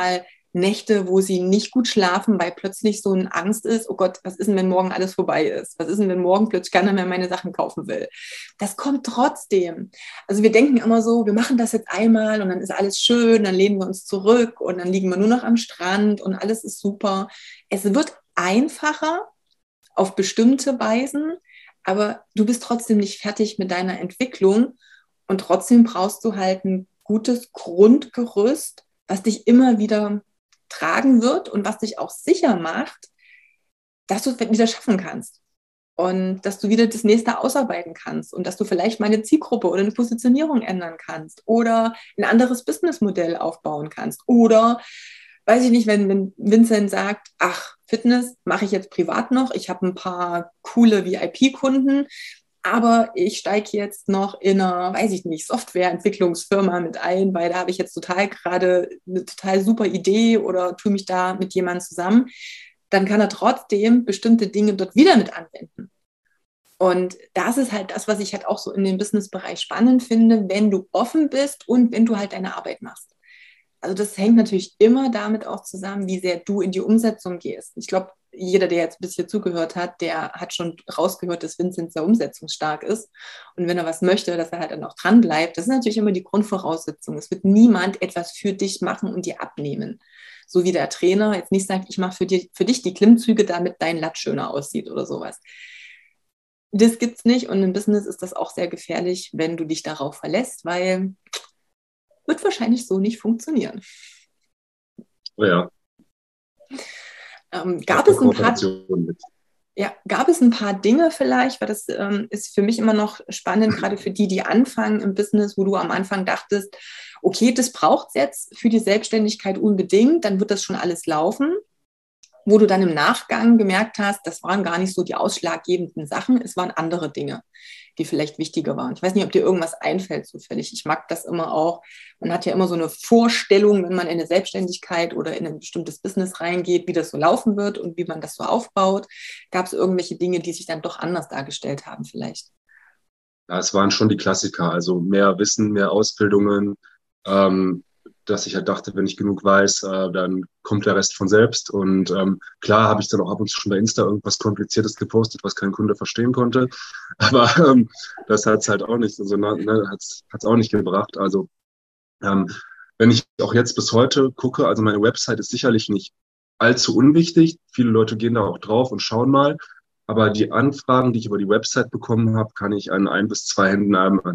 Nächte, wo sie nicht gut schlafen, weil plötzlich so eine Angst ist, oh Gott, was ist denn, wenn morgen alles vorbei ist? Was ist denn, wenn morgen plötzlich keiner mehr meine Sachen kaufen will? Das kommt trotzdem. Also wir denken immer so, wir machen das jetzt einmal und dann ist alles schön, dann lehnen wir uns zurück und dann liegen wir nur noch am Strand und alles ist super. Es wird einfacher auf bestimmte Weisen, aber du bist trotzdem nicht fertig mit deiner Entwicklung und trotzdem brauchst du halt ein gutes Grundgerüst, was dich immer wieder tragen wird und was dich auch sicher macht, dass du es wieder schaffen kannst und dass du wieder das nächste ausarbeiten kannst und dass du vielleicht mal eine Zielgruppe oder eine Positionierung ändern kannst oder ein anderes Businessmodell aufbauen kannst oder, weiß ich nicht, wenn Vincent sagt, ach, Fitness mache ich jetzt privat noch, ich habe ein paar coole VIP-Kunden, aber ich steige jetzt noch in einer, weiß ich nicht, Softwareentwicklungsfirma mit ein, weil da habe ich jetzt total gerade eine total super Idee oder tue mich da mit jemandem zusammen, dann kann er trotzdem bestimmte Dinge dort wieder mit anwenden. Und das ist halt das, was ich halt auch so in dem Businessbereich spannend finde, wenn du offen bist und wenn du halt deine Arbeit machst. Also das hängt natürlich immer damit auch zusammen, wie sehr du in die Umsetzung gehst. Ich glaube, jeder, der jetzt bis hier zugehört hat, der hat schon rausgehört, dass Vincent sehr umsetzungsstark ist. Und wenn er was möchte, dass er halt dann auch dran bleibt. Das ist natürlich immer die Grundvoraussetzung. Es wird niemand etwas für dich machen und dir abnehmen. So wie der Trainer jetzt nicht sagt, ich mache für dich die Klimmzüge, damit dein Latt schöner aussieht oder sowas. Das gibt's nicht und im Business ist das auch sehr gefährlich, wenn du dich darauf verlässt, weil wird wahrscheinlich so nicht funktionieren. Oh ja. Gab es ein paar Dinge vielleicht, weil das ist für mich immer noch spannend, gerade für die, die anfangen im Business, wo du am Anfang dachtest, okay, das braucht es jetzt für die Selbstständigkeit unbedingt, dann wird das schon alles laufen, wo du dann im Nachgang gemerkt hast, das waren gar nicht so die ausschlaggebenden Sachen, es waren andere Dinge, die vielleicht wichtiger waren. Ich weiß nicht, ob dir irgendwas einfällt zufällig. Ich mag das immer auch. Man hat ja immer so eine Vorstellung, wenn man in eine Selbstständigkeit oder in ein bestimmtes Business reingeht, wie das so laufen wird und wie man das so aufbaut. Gab es irgendwelche Dinge, die sich dann doch anders dargestellt haben vielleicht? Ja, es waren schon die Klassiker, also mehr Wissen, mehr Ausbildungen, dass ich halt dachte, wenn ich genug weiß, dann kommt der Rest von selbst. Und klar habe ich dann auch ab und zu schon bei Insta irgendwas Kompliziertes gepostet, was kein Kunde verstehen konnte. Aber das hat es halt auch nicht, also hat's auch nicht gebracht. Also wenn ich auch jetzt bis heute gucke, also meine Website ist sicherlich nicht allzu unwichtig. Viele Leute gehen da auch drauf und schauen mal. Aber die Anfragen, die ich über die Website bekommen habe, kann ich an ein bis zwei Händen,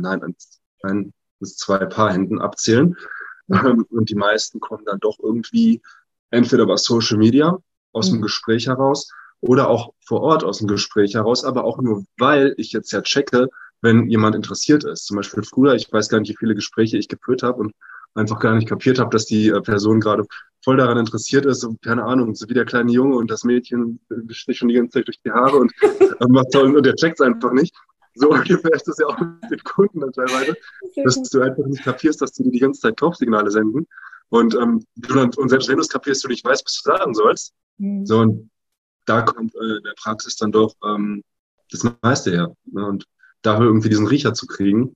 ein bis zwei Paar Händen abzählen. Und die meisten kommen dann doch irgendwie entweder über Social Media aus dem Gespräch heraus oder auch vor Ort aus dem Gespräch heraus, aber auch nur, weil ich jetzt ja checke, wenn jemand interessiert ist. Zum Beispiel früher, ich weiß gar nicht, wie viele Gespräche ich geführt habe und einfach gar nicht kapiert habe, dass die Person gerade voll daran interessiert ist und keine Ahnung, so wie der kleine Junge und das Mädchen sticht schon die ganze Zeit durch die Haare und macht toll und der checkt es einfach nicht. So ungefähr ist das ja auch mit den Kunden dann teilweise, dass du einfach nicht kapierst, dass die ganze Zeit Kaufsignale senden. Und, und selbst wenn du es kapierst, du nicht weißt, was du sagen sollst. So, und da kommt in der Praxis dann doch das meiste her. Ne? Und da irgendwie diesen Riecher zu kriegen,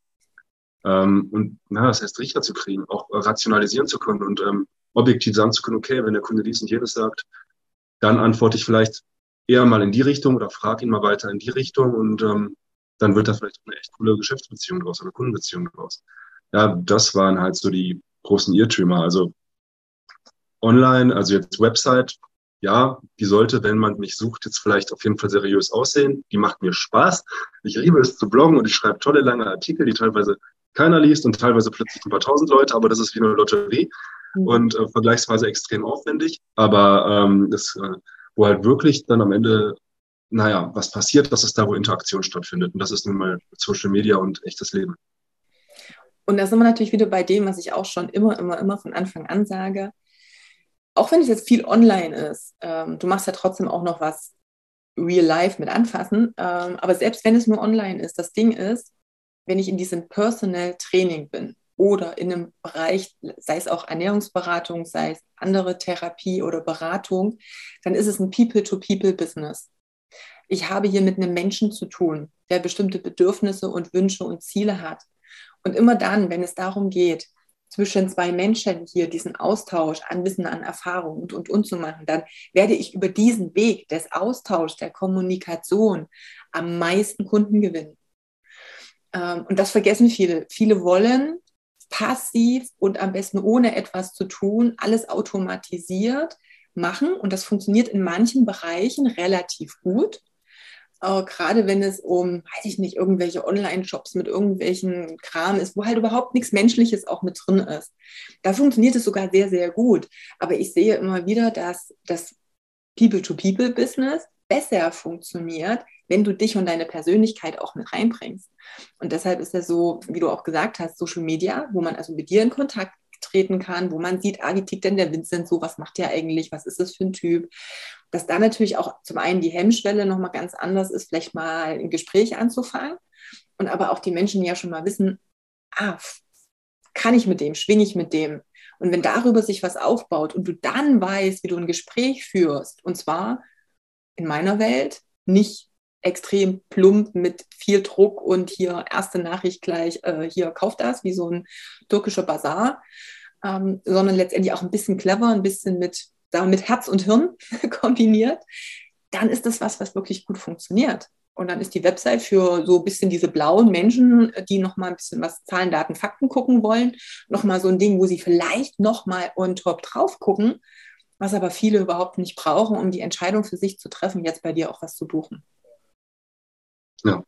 und das heißt Riecher zu kriegen, auch rationalisieren zu können und objektiv sagen zu können, okay, wenn der Kunde dies und jenes sagt, dann antworte ich vielleicht eher mal in die Richtung oder frage ihn mal weiter in die Richtung und dann wird da vielleicht eine echt coole Geschäftsbeziehung draus, eine Kundenbeziehung draus. Ja, das waren halt so die großen Irrtümer. Also online, also jetzt Website, ja, die sollte, wenn man mich sucht, jetzt vielleicht auf jeden Fall seriös aussehen. Die macht mir Spaß. Ich liebe es zu bloggen und ich schreibe tolle, lange Artikel, die teilweise keiner liest und teilweise plötzlich ein paar tausend Leute, aber das ist wie eine Lotterie und vergleichsweise extrem aufwendig. Aber wo halt wirklich dann am Ende, was passiert, das ist da, wo Interaktion stattfindet. Und das ist nun mal Social Media und echtes Leben. Und da sind wir natürlich wieder bei dem, was ich auch schon immer von Anfang an sage. Auch wenn es jetzt viel online ist, du machst ja trotzdem auch noch was real life mit anfassen. Aber selbst wenn es nur online ist, das Ding ist, wenn ich in diesem Personal Training bin oder in einem Bereich, sei es auch Ernährungsberatung, sei es andere Therapie oder Beratung, dann ist es ein People-to-People-Business. Ich habe hier mit einem Menschen zu tun, der bestimmte Bedürfnisse und Wünsche und Ziele hat. Und immer dann, wenn es darum geht, zwischen zwei Menschen hier diesen Austausch an Wissen, an Erfahrung und zu machen, dann werde ich über diesen Weg des Austauschs, der Kommunikation am meisten Kunden gewinnen. Und das vergessen viele. Viele wollen passiv und am besten ohne etwas zu tun, alles automatisiert machen. Und das funktioniert in manchen Bereichen relativ gut. Gerade wenn es um, weiß ich nicht, irgendwelche Online-Shops mit irgendwelchen Kram ist, wo halt überhaupt nichts Menschliches auch mit drin ist. Da funktioniert es sogar sehr, sehr gut. Aber ich sehe immer wieder, dass das People-to-People-Business besser funktioniert, wenn du dich und deine Persönlichkeit auch mit reinbringst. Und deshalb ist es so, wie du auch gesagt hast, Social Media, wo man also mit dir in Kontakt treten kann, wo man sieht, wie tickt denn der Vincent so, was macht der eigentlich, was ist das für ein Typ, dass da natürlich auch zum einen die Hemmschwelle nochmal ganz anders ist, vielleicht mal ein Gespräch anzufangen und aber auch die Menschen ja schon mal wissen, kann ich mit dem, schwinge ich mit dem. Und wenn darüber sich was aufbaut und du dann weißt, wie du ein Gespräch führst, und zwar in meiner Welt nicht extrem plump mit viel Druck und hier erste Nachricht gleich, hier kauft das, wie so ein türkischer Bazar, sondern letztendlich auch ein bisschen clever, ein bisschen mit Herz und Hirn kombiniert, dann ist das was wirklich gut funktioniert. Und dann ist die Website für so ein bisschen diese blauen Menschen, die nochmal ein bisschen was Zahlen, Daten, Fakten gucken wollen, nochmal so ein Ding, wo sie vielleicht nochmal on top drauf gucken, was aber viele überhaupt nicht brauchen, um die Entscheidung für sich zu treffen, jetzt bei dir auch was zu buchen. Ja.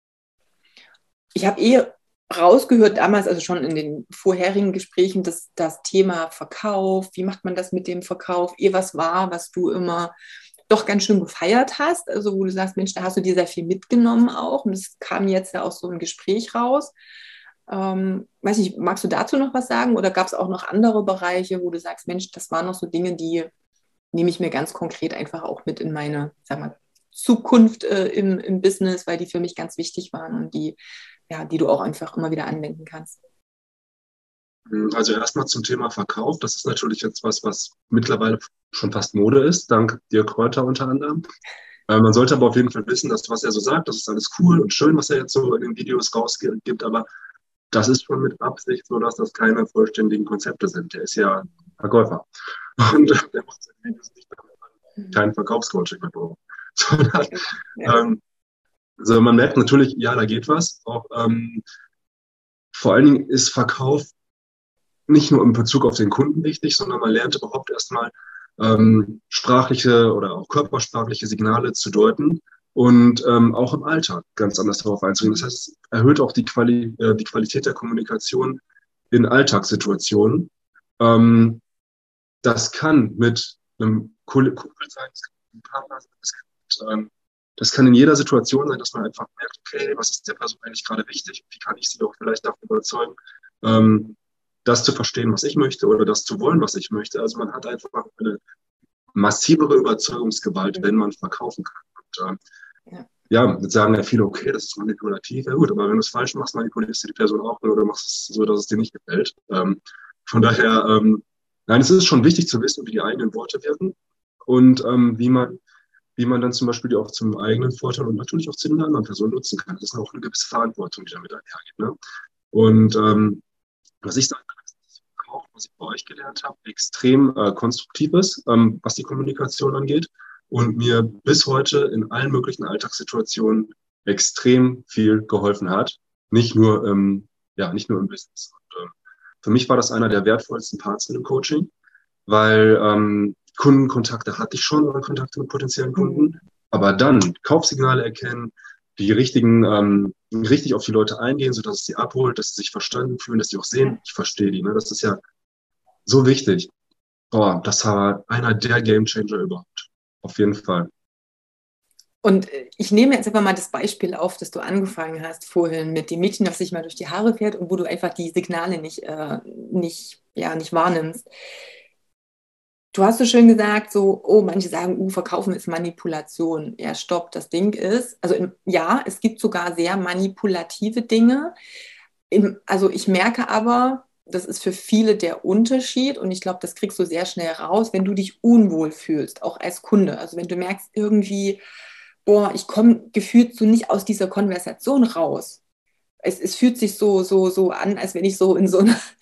Ich habe rausgehört damals, also schon in den vorherigen Gesprächen, dass das Thema Verkauf, wie macht man das mit dem Verkauf, was war, was du immer doch ganz schön gefeiert hast, also wo du sagst, Mensch, da hast du dir sehr viel mitgenommen auch und es kam jetzt ja auch so ein Gespräch raus. Weiß nicht, magst du dazu noch was sagen oder gab es auch noch andere Bereiche, wo du sagst, Mensch, das waren noch so Dinge, die nehme ich mir ganz konkret einfach auch mit in meine, sag mal, Zukunft im Business, weil die für mich ganz wichtig waren und die du auch einfach immer wieder anwenden kannst. Also erstmal zum Thema Verkauf. Das ist natürlich jetzt was mittlerweile schon fast Mode ist, dank Dirk Kräuter unter anderem. Man sollte aber auf jeden Fall wissen, dass was er so sagt, das ist alles cool und schön, was er jetzt so in den Videos rausgibt, aber das ist schon mit Absicht so, dass das keine vollständigen Konzepte sind. Der ist ja Verkäufer. Und der macht seine Videos nicht damit kein Verkaufscoaching mit drauf. Sondern, also man merkt natürlich, ja, da geht was. Auch, vor allen Dingen ist Verkauf nicht nur in Bezug auf den Kunden wichtig, sondern man lernt überhaupt erstmal sprachliche oder auch körpersprachliche Signale zu deuten und auch im Alltag ganz anders darauf einzugehen. Das heißt, es erhöht auch die Qualität der Kommunikation in Alltagssituationen. Das kann mit einem Kumpel sein, das kann mit einem Partner sein, das kann in jeder Situation sein, dass man einfach merkt, okay, was ist der Person eigentlich gerade wichtig? Wie kann ich sie doch vielleicht davon überzeugen, das zu verstehen, was ich möchte oder das zu wollen, was ich möchte. Also man hat einfach eine massivere Überzeugungsgewalt, wenn man verkaufen kann. Und, jetzt sagen ja viele, okay, das ist manipulativ. Ja gut, aber wenn du es falsch machst, manipulierst du die Person auch oder machst es so, dass es dir nicht gefällt. Von daher, nein, es ist schon wichtig zu wissen, wie die eigenen Worte wirken und wie man dann zum Beispiel die auch zum eigenen Vorteil und natürlich auch zu den anderen Personen nutzen kann. Das ist auch eine gewisse Verantwortung, die damit einhergeht. Ne? Und was ich sagen kann, ist, was ich bei euch gelernt habe, extrem konstruktiv ist, was die Kommunikation angeht und mir bis heute in allen möglichen Alltagssituationen extrem viel geholfen hat. Nicht nur im Business. Und, für mich war das einer der wertvollsten Parts in dem Coaching, weil Kundenkontakte hatte ich schon oder Kontakte mit potenziellen Kunden, aber dann Kaufsignale erkennen, die richtig auf die Leute eingehen, sodass es sie abholt, dass sie sich verstanden fühlen, dass sie auch sehen, ich verstehe die. Ne? Das ist ja so wichtig. Boah, das war einer der Gamechanger überhaupt. Auf jeden Fall. Und ich nehme jetzt einfach mal das Beispiel auf, das du angefangen hast vorhin mit dem Mädchen, das sich mal durch die Haare fährt und wo du einfach die Signale nicht wahrnimmst. Du hast so schön gesagt, so, manche sagen, Verkaufen ist Manipulation. Ja, stopp, das Ding ist, es gibt sogar sehr manipulative Dinge. Also ich merke aber, das ist für viele der Unterschied und ich glaube, das kriegst du sehr schnell raus, wenn du dich unwohl fühlst, auch als Kunde. Also wenn du merkst irgendwie, ich komme gefühlt so nicht aus dieser Konversation raus. Es fühlt sich so an, als wenn ich so in so einer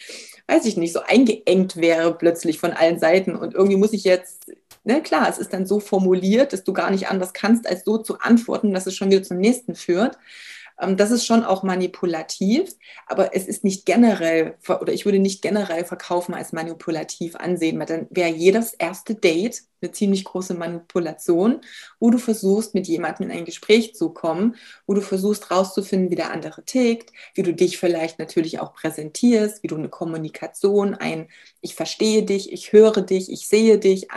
weiß ich nicht, so eingeengt wäre plötzlich von allen Seiten und irgendwie muss ich jetzt, ne, klar, es ist dann so formuliert, dass du gar nicht anders kannst, als so zu antworten, dass es schon wieder zum nächsten führt. Das ist schon auch manipulativ, aber es ist nicht generell, oder ich würde nicht generell Verkaufen als manipulativ ansehen, weil dann wäre jedes erste Date eine ziemlich große Manipulation, wo du versuchst, mit jemandem in ein Gespräch zu kommen, wo du versuchst rauszufinden, wie der andere tickt, wie du dich vielleicht natürlich auch präsentierst, wie du eine Kommunikation, ich verstehe dich, ich höre dich, ich sehe dich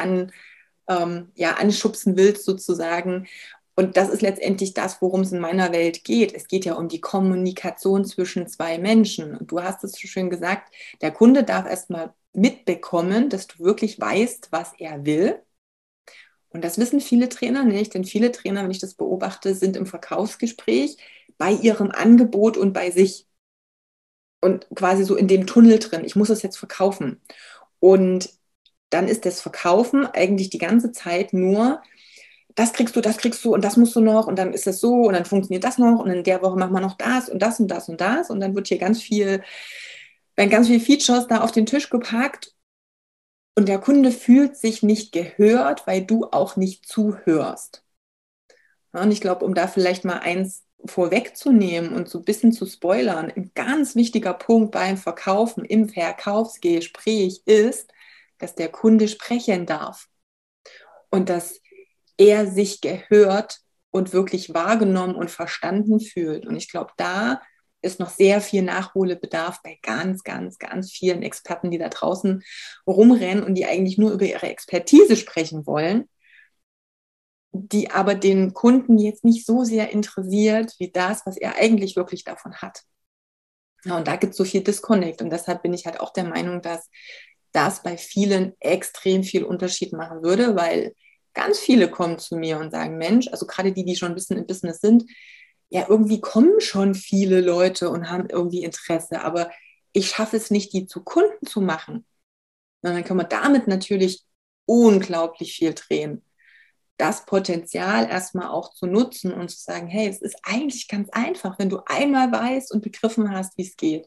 anschubsen willst sozusagen. Und das ist letztendlich das, worum es in meiner Welt geht. Es geht ja um die Kommunikation zwischen zwei Menschen. Und du hast es so schön gesagt, der Kunde darf erstmal mitbekommen, dass du wirklich weißt, was er will. Und das wissen viele Trainer nicht, denn viele Trainer, wenn ich das beobachte, sind im Verkaufsgespräch bei ihrem Angebot und bei sich und quasi so in dem Tunnel drin. Ich muss es jetzt verkaufen. Und dann ist das Verkaufen eigentlich die ganze Zeit nur, das kriegst du und das musst du noch und dann ist das so und dann funktioniert das noch und in der Woche machen wir noch das und das und das und das und dann wird hier werden ganz viele Features da auf den Tisch gepackt und der Kunde fühlt sich nicht gehört, weil du auch nicht zuhörst. Ja, und ich glaube, um da vielleicht mal eins vorwegzunehmen und so ein bisschen zu spoilern, ein ganz wichtiger Punkt beim Verkaufen im Verkaufsgespräch ist, dass der Kunde sprechen darf und dass er sich gehört und wirklich wahrgenommen und verstanden fühlt. Und ich glaube, da ist noch sehr viel Nachholbedarf bei ganz, ganz, ganz vielen Experten, die da draußen rumrennen und die eigentlich nur über ihre Expertise sprechen wollen, die aber den Kunden jetzt nicht so sehr interessiert, wie das, was er eigentlich wirklich davon hat. Ja, und da gibt es so viel Disconnect. Und deshalb bin ich halt auch der Meinung, dass das bei vielen extrem viel Unterschied machen würde, weil ganz viele kommen zu mir und sagen, Mensch, also gerade die schon ein bisschen im Business sind, ja, irgendwie kommen schon viele Leute und haben irgendwie Interesse, aber ich schaffe es nicht, die zu Kunden zu machen. Und dann kann man damit natürlich unglaublich viel drehen. Das Potenzial erstmal auch zu nutzen und zu sagen, hey, es ist eigentlich ganz einfach, wenn du einmal weißt und begriffen hast, wie es geht.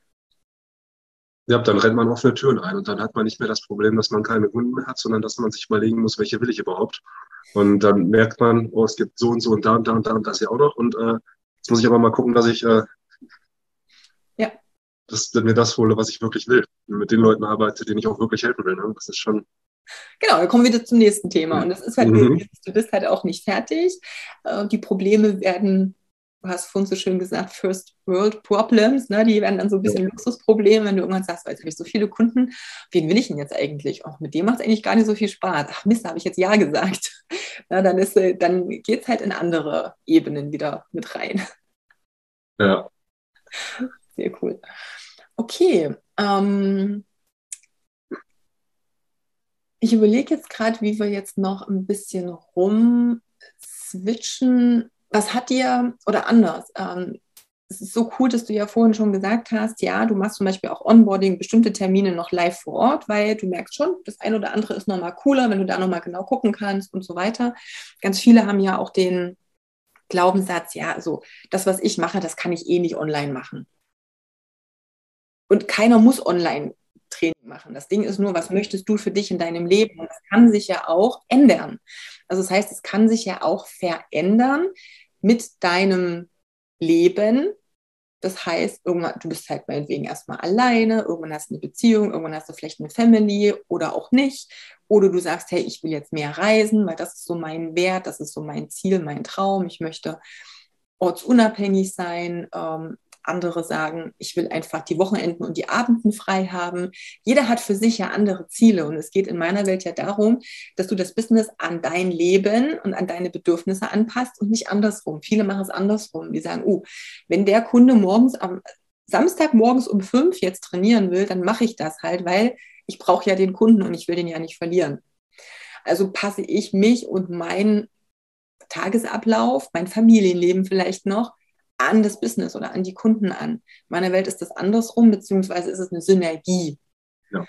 Ja, dann rennt man offene Türen ein und dann hat man nicht mehr das Problem, dass man keine Kunden mehr hat, sondern dass man sich überlegen muss, welche will ich überhaupt. Und dann merkt man, oh, es gibt so und so und da und da und da und das ja auch noch. Und jetzt muss ich aber mal gucken, dass ich Ja. mir das hole, was ich wirklich will. Und mit den Leuten arbeite, denen ich auch wirklich helfen will. Ne? Das ist schon. Genau, wir kommen wieder zum nächsten Thema. Und das ist halt, du bist halt auch nicht fertig. Die Probleme werden, du hast vorhin so schön gesagt, First World Problems, ne? Die werden dann so ein bisschen Luxusprobleme, wenn du irgendwann sagst, oh, jetzt habe ich so viele Kunden, wen will ich denn jetzt eigentlich? Auch mit dem macht es eigentlich gar nicht so viel Spaß. Ach Mist, da habe ich jetzt Ja gesagt. Na, dann geht es halt in andere Ebenen wieder mit rein. Ja. Sehr cool. Okay, ich überlege jetzt gerade, wie wir jetzt noch ein bisschen rumswitchen. Was hat dir, oder anders, es ist so cool, dass du ja vorhin schon gesagt hast, ja, du machst zum Beispiel auch Onboarding, bestimmte Termine noch live vor Ort, weil du merkst schon, das eine oder andere ist nochmal cooler, wenn du da nochmal genau gucken kannst und so weiter. Ganz viele haben ja auch den Glaubenssatz, ja, also das, was ich mache, das kann ich eh nicht online machen. Und keiner muss online Training machen. Das Ding ist nur, was möchtest du für dich in deinem Leben? Und das kann sich ja auch ändern. Also das heißt, es kann sich ja auch verändern mit deinem Leben. Das heißt, irgendwann, du bist halt meinetwegen erstmal alleine, irgendwann hast du eine Beziehung, irgendwann hast du vielleicht eine Family oder auch nicht. Oder du sagst, hey, ich will jetzt mehr reisen, weil das ist so mein Wert, das ist so mein Ziel, mein Traum. Ich möchte ortsunabhängig sein. Andere sagen, ich will einfach die Wochenenden und die Abenden frei haben. Jeder hat für sich ja andere Ziele und es geht in meiner Welt ja darum, dass du das Business an dein Leben und an deine Bedürfnisse anpasst und nicht andersrum. Viele machen es andersrum. Die sagen, wenn der Kunde morgens am Samstagmorgens um 5 jetzt trainieren will, dann mache ich das halt, weil ich brauche ja den Kunden und ich will den ja nicht verlieren. Also passe ich mich und meinen Tagesablauf, mein Familienleben vielleicht noch an das Business oder an die Kunden an. In meiner Welt ist das andersrum, beziehungsweise ist es eine Synergie. Ja.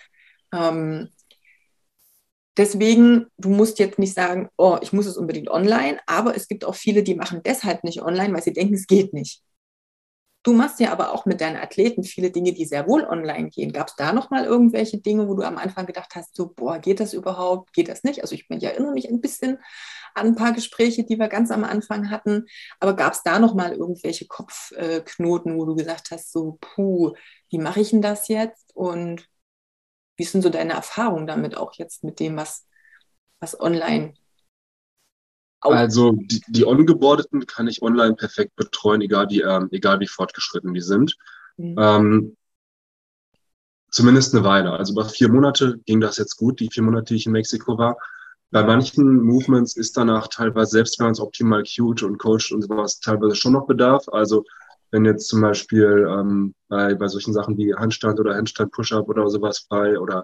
Deswegen, du musst jetzt nicht sagen, oh, ich muss es unbedingt online, aber es gibt auch viele, die machen deshalb nicht online, weil sie denken, es geht nicht. du machst ja aber auch mit deinen Athleten viele Dinge, die sehr wohl online gehen. Gab es da nochmal irgendwelche Dinge, wo du am Anfang gedacht hast, so, boah, geht das überhaupt, geht das nicht? Also ich erinnere mich ein bisschen an ein paar Gespräche, die wir ganz am Anfang hatten, aber gab es da nochmal irgendwelche Kopfknoten, wo du gesagt hast, so, puh, wie mache ich denn das jetzt? Und wie sind so deine Erfahrungen damit auch jetzt mit dem, was online auch. Also die Ongeboardeten kann ich online perfekt betreuen, egal wie fortgeschritten die sind. Mhm. Ähm, Zumindest eine Weile. Also über 4 Monate ging das jetzt gut, die 4 Monate, die ich in Mexiko war. Bei manchen Movements ist danach teilweise, selbst wenn man es optimal cued und coacht und sowas, teilweise schon noch Bedarf. Also wenn jetzt zum Beispiel bei solchen Sachen wie Handstand oder Handstand-Push-Up oder sowas frei oder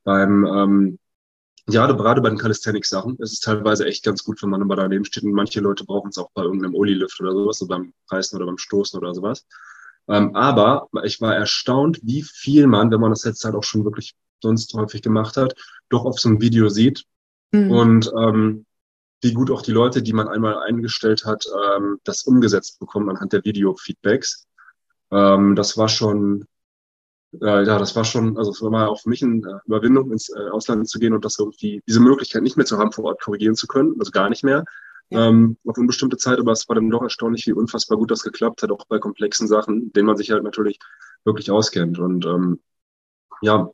ja, gerade bei den Calisthenics-Sachen ist es teilweise echt ganz gut, wenn man immer daneben steht und manche Leute brauchen es auch bei irgendeinem Oli-Lift oder sowas, so beim Reißen oder beim Stoßen oder sowas. Aber ich war erstaunt, wie viel man, wenn man das jetzt halt auch schon wirklich sonst häufig gemacht hat, doch auf so einem Video sieht Mhm. und wie gut auch die Leute, die man einmal eingestellt hat, das umgesetzt bekommen anhand der Video-Feedbacks. Das war schon, ja, das war schon, also es war auch für mich eine Überwindung, ins Ausland zu gehen und das irgendwie, diese Möglichkeit nicht mehr zu haben, vor Ort korrigieren zu können, also gar nicht mehr, Ja. auf unbestimmte Zeit, aber es war dann doch erstaunlich, wie unfassbar gut das geklappt hat, auch bei komplexen Sachen, denen man sich halt natürlich wirklich auskennt. Und ja,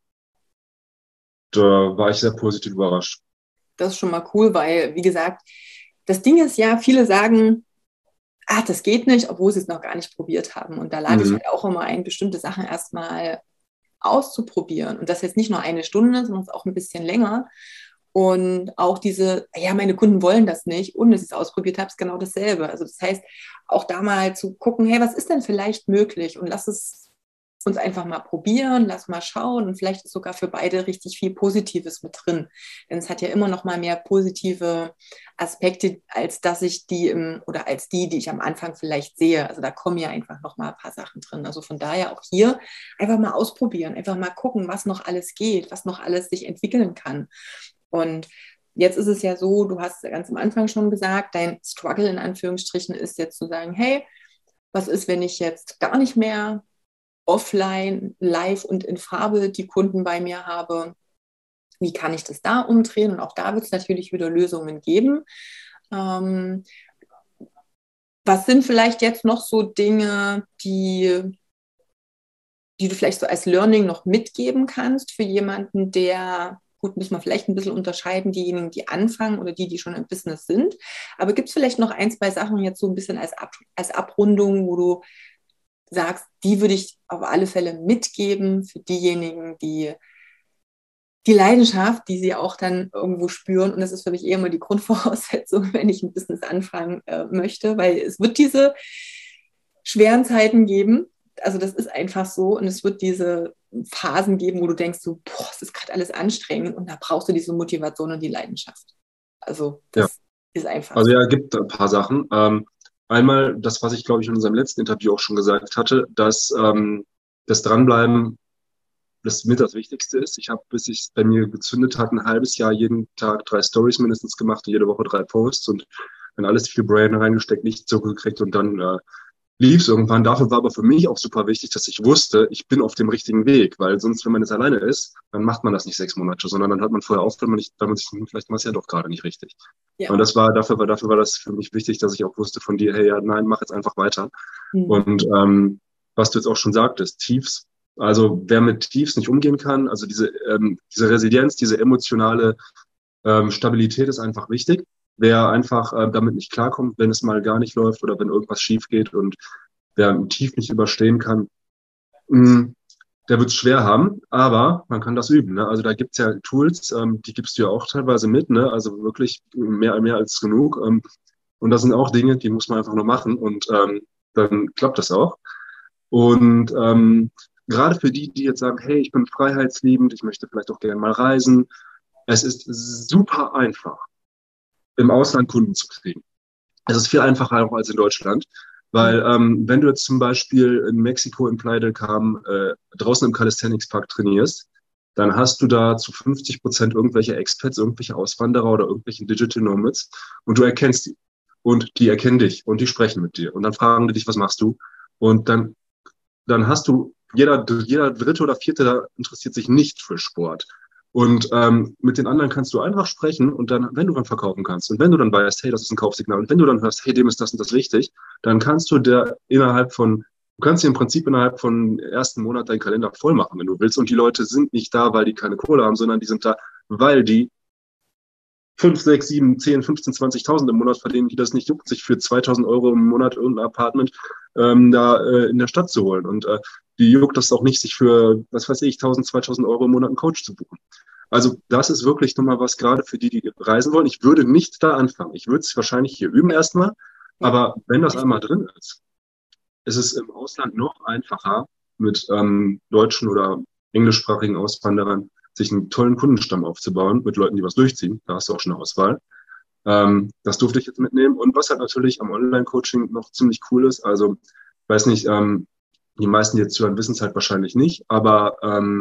da war ich sehr positiv überrascht. Das ist schon mal cool, weil, wie gesagt, das Ding ist ja, viele sagen, das geht nicht, obwohl sie es noch gar nicht probiert haben. Und da lade ich Mhm. halt auch immer ein, bestimmte Sachen erstmal auszuprobieren. Und das jetzt nicht nur eine Stunde, sondern auch ein bisschen länger. Und auch ja, meine Kunden wollen das nicht, ohne dass ich es ausprobiert habe, ist genau dasselbe. Also das heißt, auch da mal zu gucken, hey, was ist denn vielleicht möglich? Und lass es uns einfach mal probieren, lass mal schauen und vielleicht ist sogar für beide richtig viel Positives mit drin. Denn es hat ja immer noch mal mehr positive Aspekte, als dass ich oder als die ich am Anfang vielleicht sehe. Also da kommen ja einfach noch mal ein paar Sachen drin. Also von daher auch hier einfach mal ausprobieren, einfach mal gucken, was noch alles geht, was noch alles sich entwickeln kann. Und jetzt ist es ja so, du hast ganz am Anfang schon gesagt, dein Struggle in Anführungsstrichen ist jetzt zu sagen, hey, was ist, wenn ich jetzt gar nicht mehr offline, live und in Farbe die Kunden bei mir habe? Wie kann ich das da umdrehen? Und auch da wird es natürlich wieder Lösungen geben. Ähm, Was sind vielleicht jetzt noch so Dinge, die du vielleicht so als Learning noch mitgeben kannst für jemanden, der, gut, müssen wir vielleicht ein bisschen unterscheiden, diejenigen, die anfangen oder die schon im Business sind. Aber gibt es vielleicht noch ein, zwei Sachen jetzt so ein bisschen als Abrundung, wo du sagst, die würde ich auf alle Fälle mitgeben für diejenigen, die Leidenschaft, die sie auch dann irgendwo spüren. Und das ist für mich eher immer die Grundvoraussetzung, wenn ich ein Business anfangen möchte, weil es wird diese schweren Zeiten geben. Also das ist einfach so. Und es wird diese Phasen geben, wo du denkst, so, boah, es ist gerade alles anstrengend. Und da brauchst du diese Motivation und die Leidenschaft. Also Ja, das ist einfach also so. ja, gibt ein paar Sachen. Einmal das, was ich glaube ich in unserem letzten Interview auch schon gesagt hatte, dass das Dranbleiben das mit das Wichtigste ist. Ich habe, bis ich es bei mir gezündet hat, ein halbes Jahr jeden Tag 3 Stories mindestens gemacht und jede Woche 3 Posts und dann alles viel Brain reingesteckt, nicht zurückgekriegt und dann lief es irgendwann. Dafür war aber für mich auch super wichtig, dass ich wusste, ich bin auf dem richtigen Weg, weil sonst, wenn man jetzt alleine ist, dann macht man das nicht 6 Monate, sondern dann hat man vorher auf, weil man sich vielleicht war es ja doch gerade nicht richtig. Ja. Und dafür war das für mich wichtig, dass ich auch wusste von dir, hey, ja, nein, mach jetzt einfach weiter. Mhm. Und was du jetzt auch schon sagtest, Tiefs, also wer mit Tiefs nicht umgehen kann, also diese Resilienz, diese emotionale Stabilität ist einfach wichtig. Wer einfach damit nicht klarkommt, wenn es mal gar nicht läuft oder wenn irgendwas schief geht und wer ein Tief nicht überstehen kann, mh, der wird es schwer haben, aber man kann das üben. Ne? Also da gibt's ja Tools, die gibst du ja auch teilweise mit, ne? Also wirklich mehr als genug. Und das sind auch Dinge, die muss man einfach nur machen und dann klappt das auch. Und gerade für die, die jetzt sagen, hey, ich bin freiheitsliebend, ich möchte vielleicht auch gerne mal reisen, es ist super einfach, im Ausland Kunden zu kriegen. Es ist viel einfacher auch als in Deutschland, Mhm. weil wenn du jetzt zum Beispiel in Mexiko in Playa del Carmen draußen im Calisthenics Park trainierst, dann hast du da zu 50% irgendwelche Expats, irgendwelche Auswanderer oder irgendwelche Digital Nomads und du erkennst die und die erkennen dich und die sprechen mit dir und dann fragen die dich, was machst du? Und dann hast du, jeder Dritte oder Vierte da interessiert sich nicht für Sport. Und mit den anderen kannst du einfach sprechen und dann, wenn du dann verkaufen kannst und wenn du dann weißt, hey, das ist ein Kaufsignal und wenn du dann hörst, hey, dem ist das und das wichtig, dann kannst du du kannst dir im Prinzip innerhalb von ersten Monat deinen Kalender voll machen, wenn du willst. Und die Leute sind nicht da, weil die keine Kohle haben, sondern die sind da, weil die 5, 6, 7, 10, 15, 20.000 im Monat verdienen, die das nicht juckt, sich für 2.000 Euro im Monat irgendein Apartment in der Stadt zu holen. Und die juckt das auch nicht, sich für, was weiß ich, 1.000, 2.000 Euro im Monat einen Coach zu buchen. Also das ist wirklich nochmal was gerade für die, die reisen wollen. Ich würde nicht da anfangen. Ich würde es wahrscheinlich hier üben erstmal. Aber wenn das einmal drin ist es im Ausland noch einfacher, mit deutschen oder englischsprachigen Auswanderern sich einen tollen Kundenstamm aufzubauen, mit Leuten, die was durchziehen. Da hast du auch schon eine Auswahl. Das durfte ich jetzt mitnehmen. Und was halt natürlich am Online-Coaching noch ziemlich cool ist, also ich weiß nicht, die meisten, die jetzt zuhören, wissen es halt wahrscheinlich nicht, aber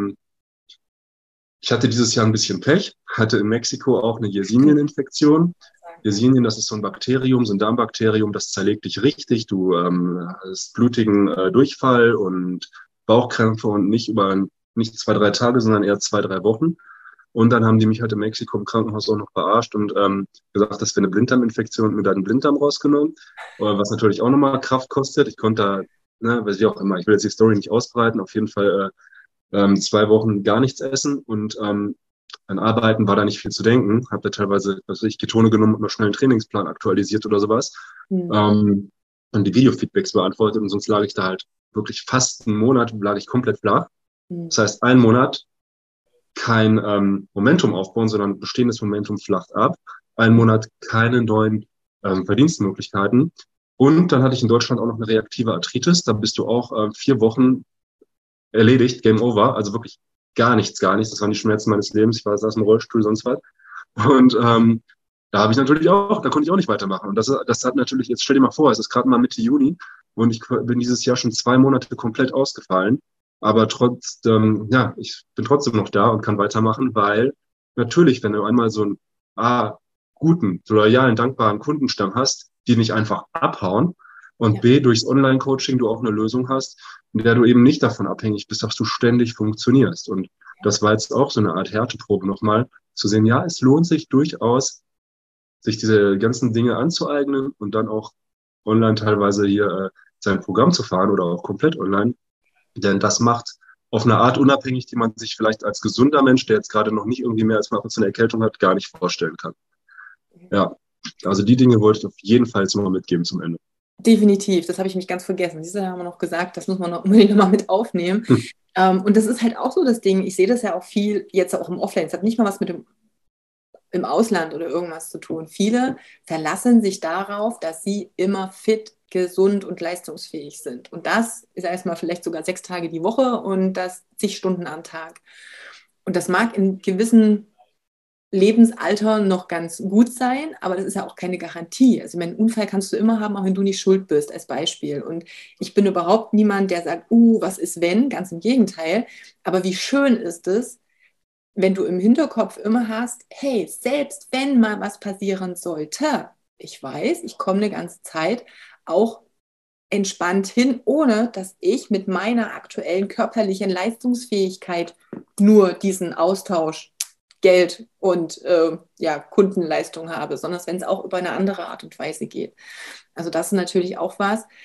ich hatte dieses Jahr ein bisschen Pech, hatte in Mexiko auch eine Yersinien-Infektion. Yersinien, das ist so ein Bakterium, so ein Darmbakterium, das zerlegt dich richtig. Du hast blutigen Durchfall und Bauchkrämpfe und nicht 2, 3 Tage, sondern eher 2, 3 Wochen. Und dann haben die mich halt in Mexiko im Krankenhaus auch noch verarscht und gesagt, das wäre eine Blinddarminfektion und mir dann den Blinddarm rausgenommen, was natürlich auch nochmal Kraft kostet. Ich konnte da, weiß ich auch immer, ich will jetzt die Story nicht ausbreiten, auf jeden Fall 2 Wochen gar nichts essen und an Arbeiten war da nicht viel zu denken. Habe da teilweise, was weiß ich, Ketone genommen und mal schnell einen Trainingsplan aktualisiert oder sowas. Und die Videofeedbacks beantwortet und sonst lag ich da halt wirklich fast einen Monat, lag ich komplett flach. Das heißt, einen Monat kein Momentum aufbauen, sondern bestehendes Momentum flacht ab. Einen Monat keine neuen Verdienstmöglichkeiten. Und dann hatte ich in Deutschland auch noch eine reaktive Arthritis. Da bist du auch 4 Wochen erledigt, Game Over. Also wirklich gar nichts, gar nichts. Das waren die Schmerzen meines Lebens. Ich saß im Rollstuhl, sonst was. Und da habe ich natürlich auch, da konnte ich auch nicht weitermachen. Und das hat natürlich, jetzt stell dir mal vor, es ist gerade mal Mitte Juni und ich bin dieses Jahr schon 2 Monate komplett ausgefallen. Aber trotzdem, ja, ich bin trotzdem noch da und kann weitermachen, weil natürlich, wenn du einmal so einen guten, loyalen, dankbaren Kundenstamm hast, die nicht einfach abhauen und B, durchs Online-Coaching du auch eine Lösung hast, in der du eben nicht davon abhängig bist, dass du ständig funktionierst. Und das war jetzt auch so eine Art Härteprobe nochmal, zu sehen, ja, es lohnt sich durchaus, sich diese ganzen Dinge anzueignen und dann auch online teilweise hier sein Programm zu fahren oder auch komplett online. Denn das macht auf eine Art unabhängig, die man sich vielleicht als gesunder Mensch, der jetzt gerade noch nicht irgendwie mehr als mal kurz eine Erkältung hat, gar nicht vorstellen kann. Ja, also die Dinge wollte ich auf jeden Fall jetzt mal mitgeben zum Ende. Definitiv, das habe ich mich ganz vergessen. Diese haben wir noch gesagt, das muss man noch unbedingt noch mal mit aufnehmen. Und das ist halt auch so das Ding, ich sehe das ja auch viel, jetzt auch im Offline, es hat nicht mal was mit dem im Ausland oder irgendwas zu tun. Viele verlassen sich darauf, dass sie immer fit, gesund und leistungsfähig sind. Und das ist erstmal vielleicht sogar 6 Tage die Woche und das zig Stunden am Tag. Und das mag in gewissen Lebensalter noch ganz gut sein, aber das ist ja auch keine Garantie. Also einen Unfall kannst du immer haben, auch wenn du nicht schuld bist, als Beispiel. Und ich bin überhaupt niemand, der sagt, was ist wenn? Ganz im Gegenteil. Aber wie schön ist es, wenn du im Hinterkopf immer hast, hey, selbst wenn mal was passieren sollte, ich weiß, ich komme eine ganze Zeit auch entspannt hin, ohne dass ich mit meiner aktuellen körperlichen Leistungsfähigkeit nur diesen Austausch Geld und Kundenleistung habe, sondern wenn es auch über eine andere Art und Weise geht. Also das ist natürlich auch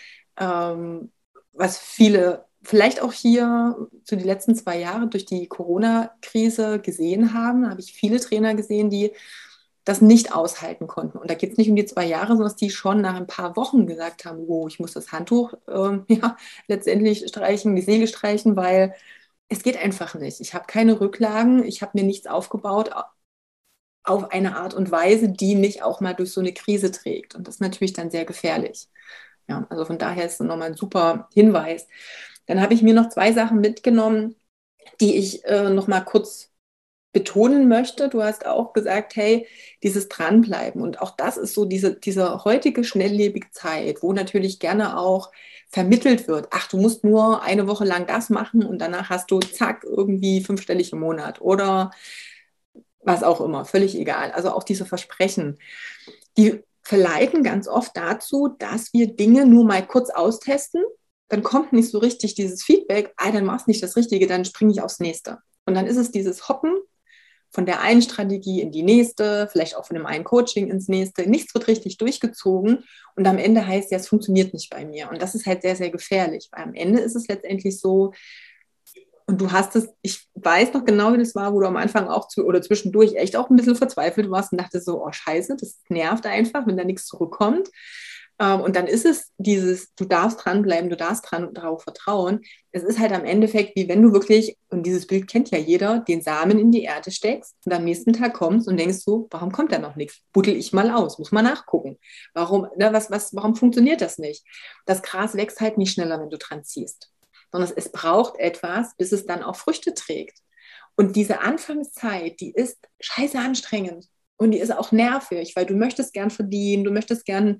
was viele vielleicht auch hier zu die letzten 2 Jahre durch die Corona-Krise gesehen haben. Da habe ich viele Trainer gesehen, die das nicht aushalten konnten. Und da geht es nicht um die 2 Jahre, sondern dass die schon nach ein paar Wochen gesagt haben, ich muss das Handtuch letztendlich streichen, die Säge streichen, weil es geht einfach nicht. Ich habe keine Rücklagen, ich habe mir nichts aufgebaut auf eine Art und Weise, die nicht auch mal durch so eine Krise trägt. Und das ist natürlich dann sehr gefährlich. Ja, also von daher ist es nochmal ein super Hinweis. Dann habe ich mir noch 2 Sachen mitgenommen, die ich nochmal kurz betonen möchte. Du hast auch gesagt, hey, dieses Dranbleiben. Und auch das ist so diese heutige schnelllebige Zeit, wo natürlich gerne auch vermittelt wird, ach, du musst nur eine Woche lang das machen und danach hast du, zack, irgendwie 5-stellig im Monat oder was auch immer, völlig egal. Also auch diese Versprechen, die verleiten ganz oft dazu, dass wir Dinge nur mal kurz austesten dann kommt nicht so richtig dieses Feedback, dann machst du nicht das Richtige, dann springe ich aufs Nächste. Und dann ist es dieses Hoppen von der einen Strategie in die nächste, vielleicht auch von dem einen Coaching ins nächste. Nichts wird richtig durchgezogen und am Ende heißt ja, es funktioniert nicht bei mir. Und das ist halt sehr, sehr gefährlich, weil am Ende ist es letztendlich so, und du hast es, ich weiß noch genau, wie das war, wo du am Anfang auch oder zwischendurch echt auch ein bisschen verzweifelt warst und dachtest so, oh Scheiße, das nervt einfach, wenn da nichts zurückkommt. Und dann ist es dieses, du darfst dranbleiben, du darfst darauf vertrauen. Es ist halt am Endeffekt, wie wenn du wirklich, und dieses Bild kennt ja jeder, den Samen in die Erde steckst und am nächsten Tag kommst und denkst so, warum kommt da noch nichts? Buddel ich mal aus, muss mal nachgucken. Warum funktioniert das nicht? Das Gras wächst halt nicht schneller, wenn du dran ziehst, sondern es braucht etwas, bis es dann auch Früchte trägt. Und diese Anfangszeit, die ist scheiße anstrengend und die ist auch nervig, weil du möchtest gern verdienen, du möchtest gern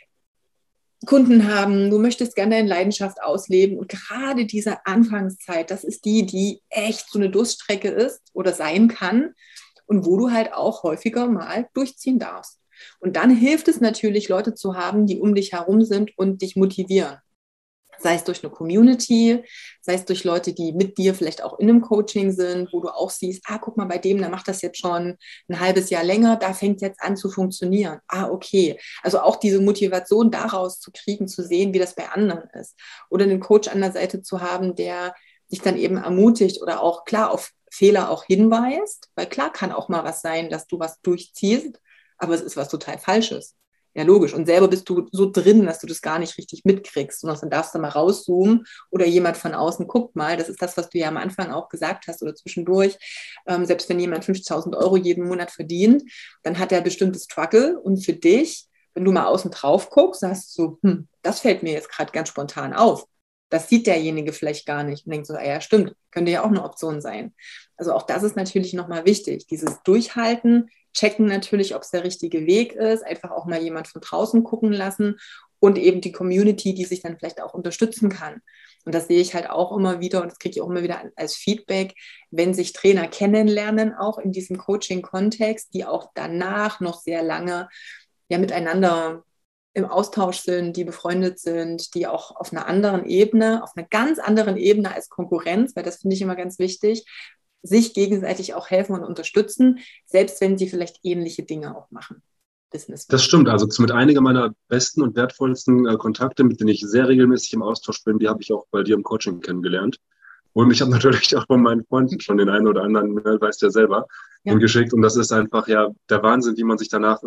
Kunden haben, du möchtest gerne deine Leidenschaft ausleben und gerade diese Anfangszeit, das ist die echt so eine Durststrecke ist oder sein kann und wo du halt auch häufiger mal durchziehen darfst. Und dann hilft es natürlich, Leute zu haben, die um dich herum sind und dich motivieren. Sei es durch eine Community, sei es durch Leute, die mit dir vielleicht auch in einem Coaching sind, wo du auch siehst, guck mal, bei dem, der macht das jetzt schon ein halbes Jahr länger, da fängt es jetzt an zu funktionieren. Okay. Also auch diese Motivation daraus zu kriegen, zu sehen, wie das bei anderen ist. Oder einen Coach an der Seite zu haben, der dich dann eben ermutigt oder auch klar auf Fehler auch hinweist, weil klar kann auch mal was sein, dass du was durchziehst, aber es ist was total Falsches. Ja, logisch. Und selber bist du so drin, dass du das gar nicht richtig mitkriegst. Und dann darfst du mal rauszoomen oder jemand von außen guckt mal. Das ist das, was du ja am Anfang auch gesagt hast oder zwischendurch. Selbst wenn jemand 50.000 € jeden Monat verdient, dann hat er bestimmtes Struggle. Und für dich, wenn du mal außen drauf guckst, sagst du so, das fällt mir jetzt gerade ganz spontan auf. Das sieht derjenige vielleicht gar nicht und denkt so, ja, stimmt, könnte ja auch eine Option sein. Also auch das ist natürlich nochmal wichtig, dieses Durchhalten, checken natürlich, ob es der richtige Weg ist, einfach auch mal jemand von draußen gucken lassen und eben die Community, die sich dann vielleicht auch unterstützen kann. Und das sehe ich halt auch immer wieder und das kriege ich auch immer wieder als Feedback, wenn sich Trainer kennenlernen, auch in diesem Coaching-Kontext, die auch danach noch sehr lange miteinander im Austausch sind, die befreundet sind, die auch auf einer anderen Ebene, auf einer ganz anderen Ebene als Konkurrenz, weil das finde ich immer ganz wichtig, sich gegenseitig auch helfen und unterstützen, selbst wenn sie vielleicht ähnliche Dinge auch machen. Das stimmt, also mit einigen meiner besten und wertvollsten Kontakte, mit denen ich sehr regelmäßig im Austausch bin, die habe ich auch bei dir im Coaching kennengelernt. Und ich habe natürlich auch von meinen Freunden schon den einen oder anderen, weißt du ja selber, geschickt. Und das ist einfach ja der Wahnsinn, wie man sich danach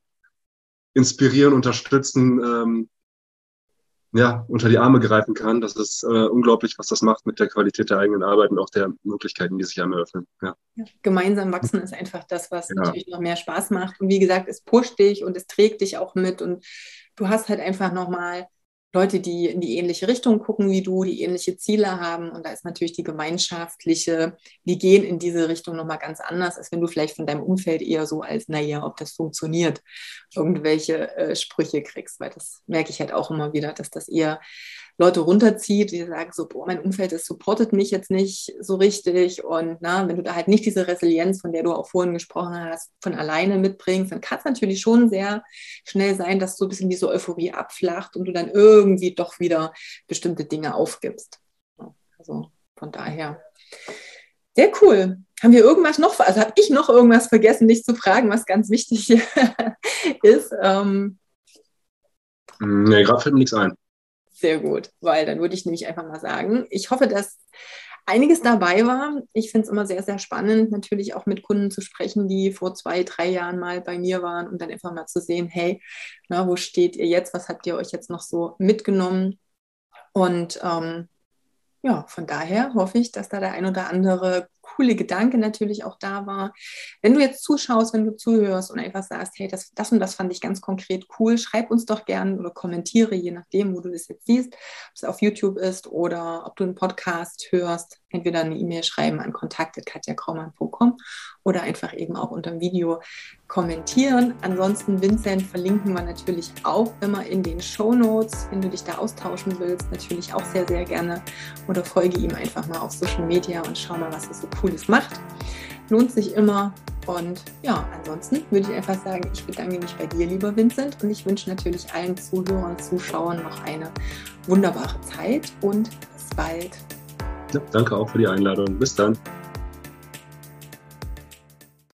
inspirieren, unterstützen, unter die Arme greifen kann. Das ist unglaublich, was das macht mit der Qualität der eigenen Arbeit und auch der Möglichkeiten, die sich einem eröffnen. Ja. Ja, gemeinsam wachsen ist einfach das, was natürlich noch mehr Spaß macht. Und wie gesagt, es pusht dich und es trägt dich auch mit. Und du hast halt einfach nochmal Leute, die in die ähnliche Richtung gucken wie du, die ähnliche Ziele haben. Und da ist natürlich die gemeinschaftliche, die gehen in diese Richtung nochmal ganz anders, als wenn du vielleicht von deinem Umfeld eher so als, ob das funktioniert, irgendwelche Sprüche kriegst. Weil das merke ich halt auch immer wieder, dass das eher Leute runterzieht, die sagen so, mein Umfeld, das supportet mich jetzt nicht so richtig. Und wenn du da halt nicht diese Resilienz, von der du auch vorhin gesprochen hast, von alleine mitbringst, dann kann es natürlich schon sehr schnell sein, dass so ein bisschen diese Euphorie abflacht und du dann irgendwie doch wieder bestimmte Dinge aufgibst. Also von daher, sehr cool. Haben wir irgendwas noch, also habe ich noch irgendwas vergessen, dich zu fragen, was ganz wichtig ist? Nee, gerade fällt mir nichts ein. Sehr gut, weil dann würde ich nämlich einfach mal sagen, ich hoffe, dass einiges dabei war. Ich finde es immer sehr, sehr spannend, natürlich auch mit Kunden zu sprechen, die vor 2, 3 Jahren mal bei mir waren und dann einfach mal zu sehen, hey, wo steht ihr jetzt? Was habt ihr euch jetzt noch so mitgenommen? Und von daher hoffe ich, dass da der ein oder andere coole Gedanke natürlich auch da war. Wenn du jetzt zuschaust, wenn du zuhörst und einfach sagst, hey, das und das fand ich ganz konkret cool, schreib uns doch gern oder kommentiere, je nachdem, wo du das jetzt siehst, ob es auf YouTube ist oder ob du einen Podcast hörst, entweder eine E-Mail schreiben an kontakt@katjakraumann.com oder einfach eben auch unter dem Video kommentieren. Ansonsten Vincent verlinken wir natürlich auch immer in den Shownotes, wenn du dich da austauschen willst, natürlich auch sehr, sehr gerne oder folge ihm einfach mal auf Social Media und schau mal, was er so Cooles macht. Lohnt sich immer Und ja, ansonsten würde ich einfach sagen, ich bedanke mich bei dir, lieber Vincent, und ich wünsche natürlich allen Zuhörern und Zuschauern noch eine wunderbare Zeit und bis bald. Ja, danke auch für die Einladung. Bis dann.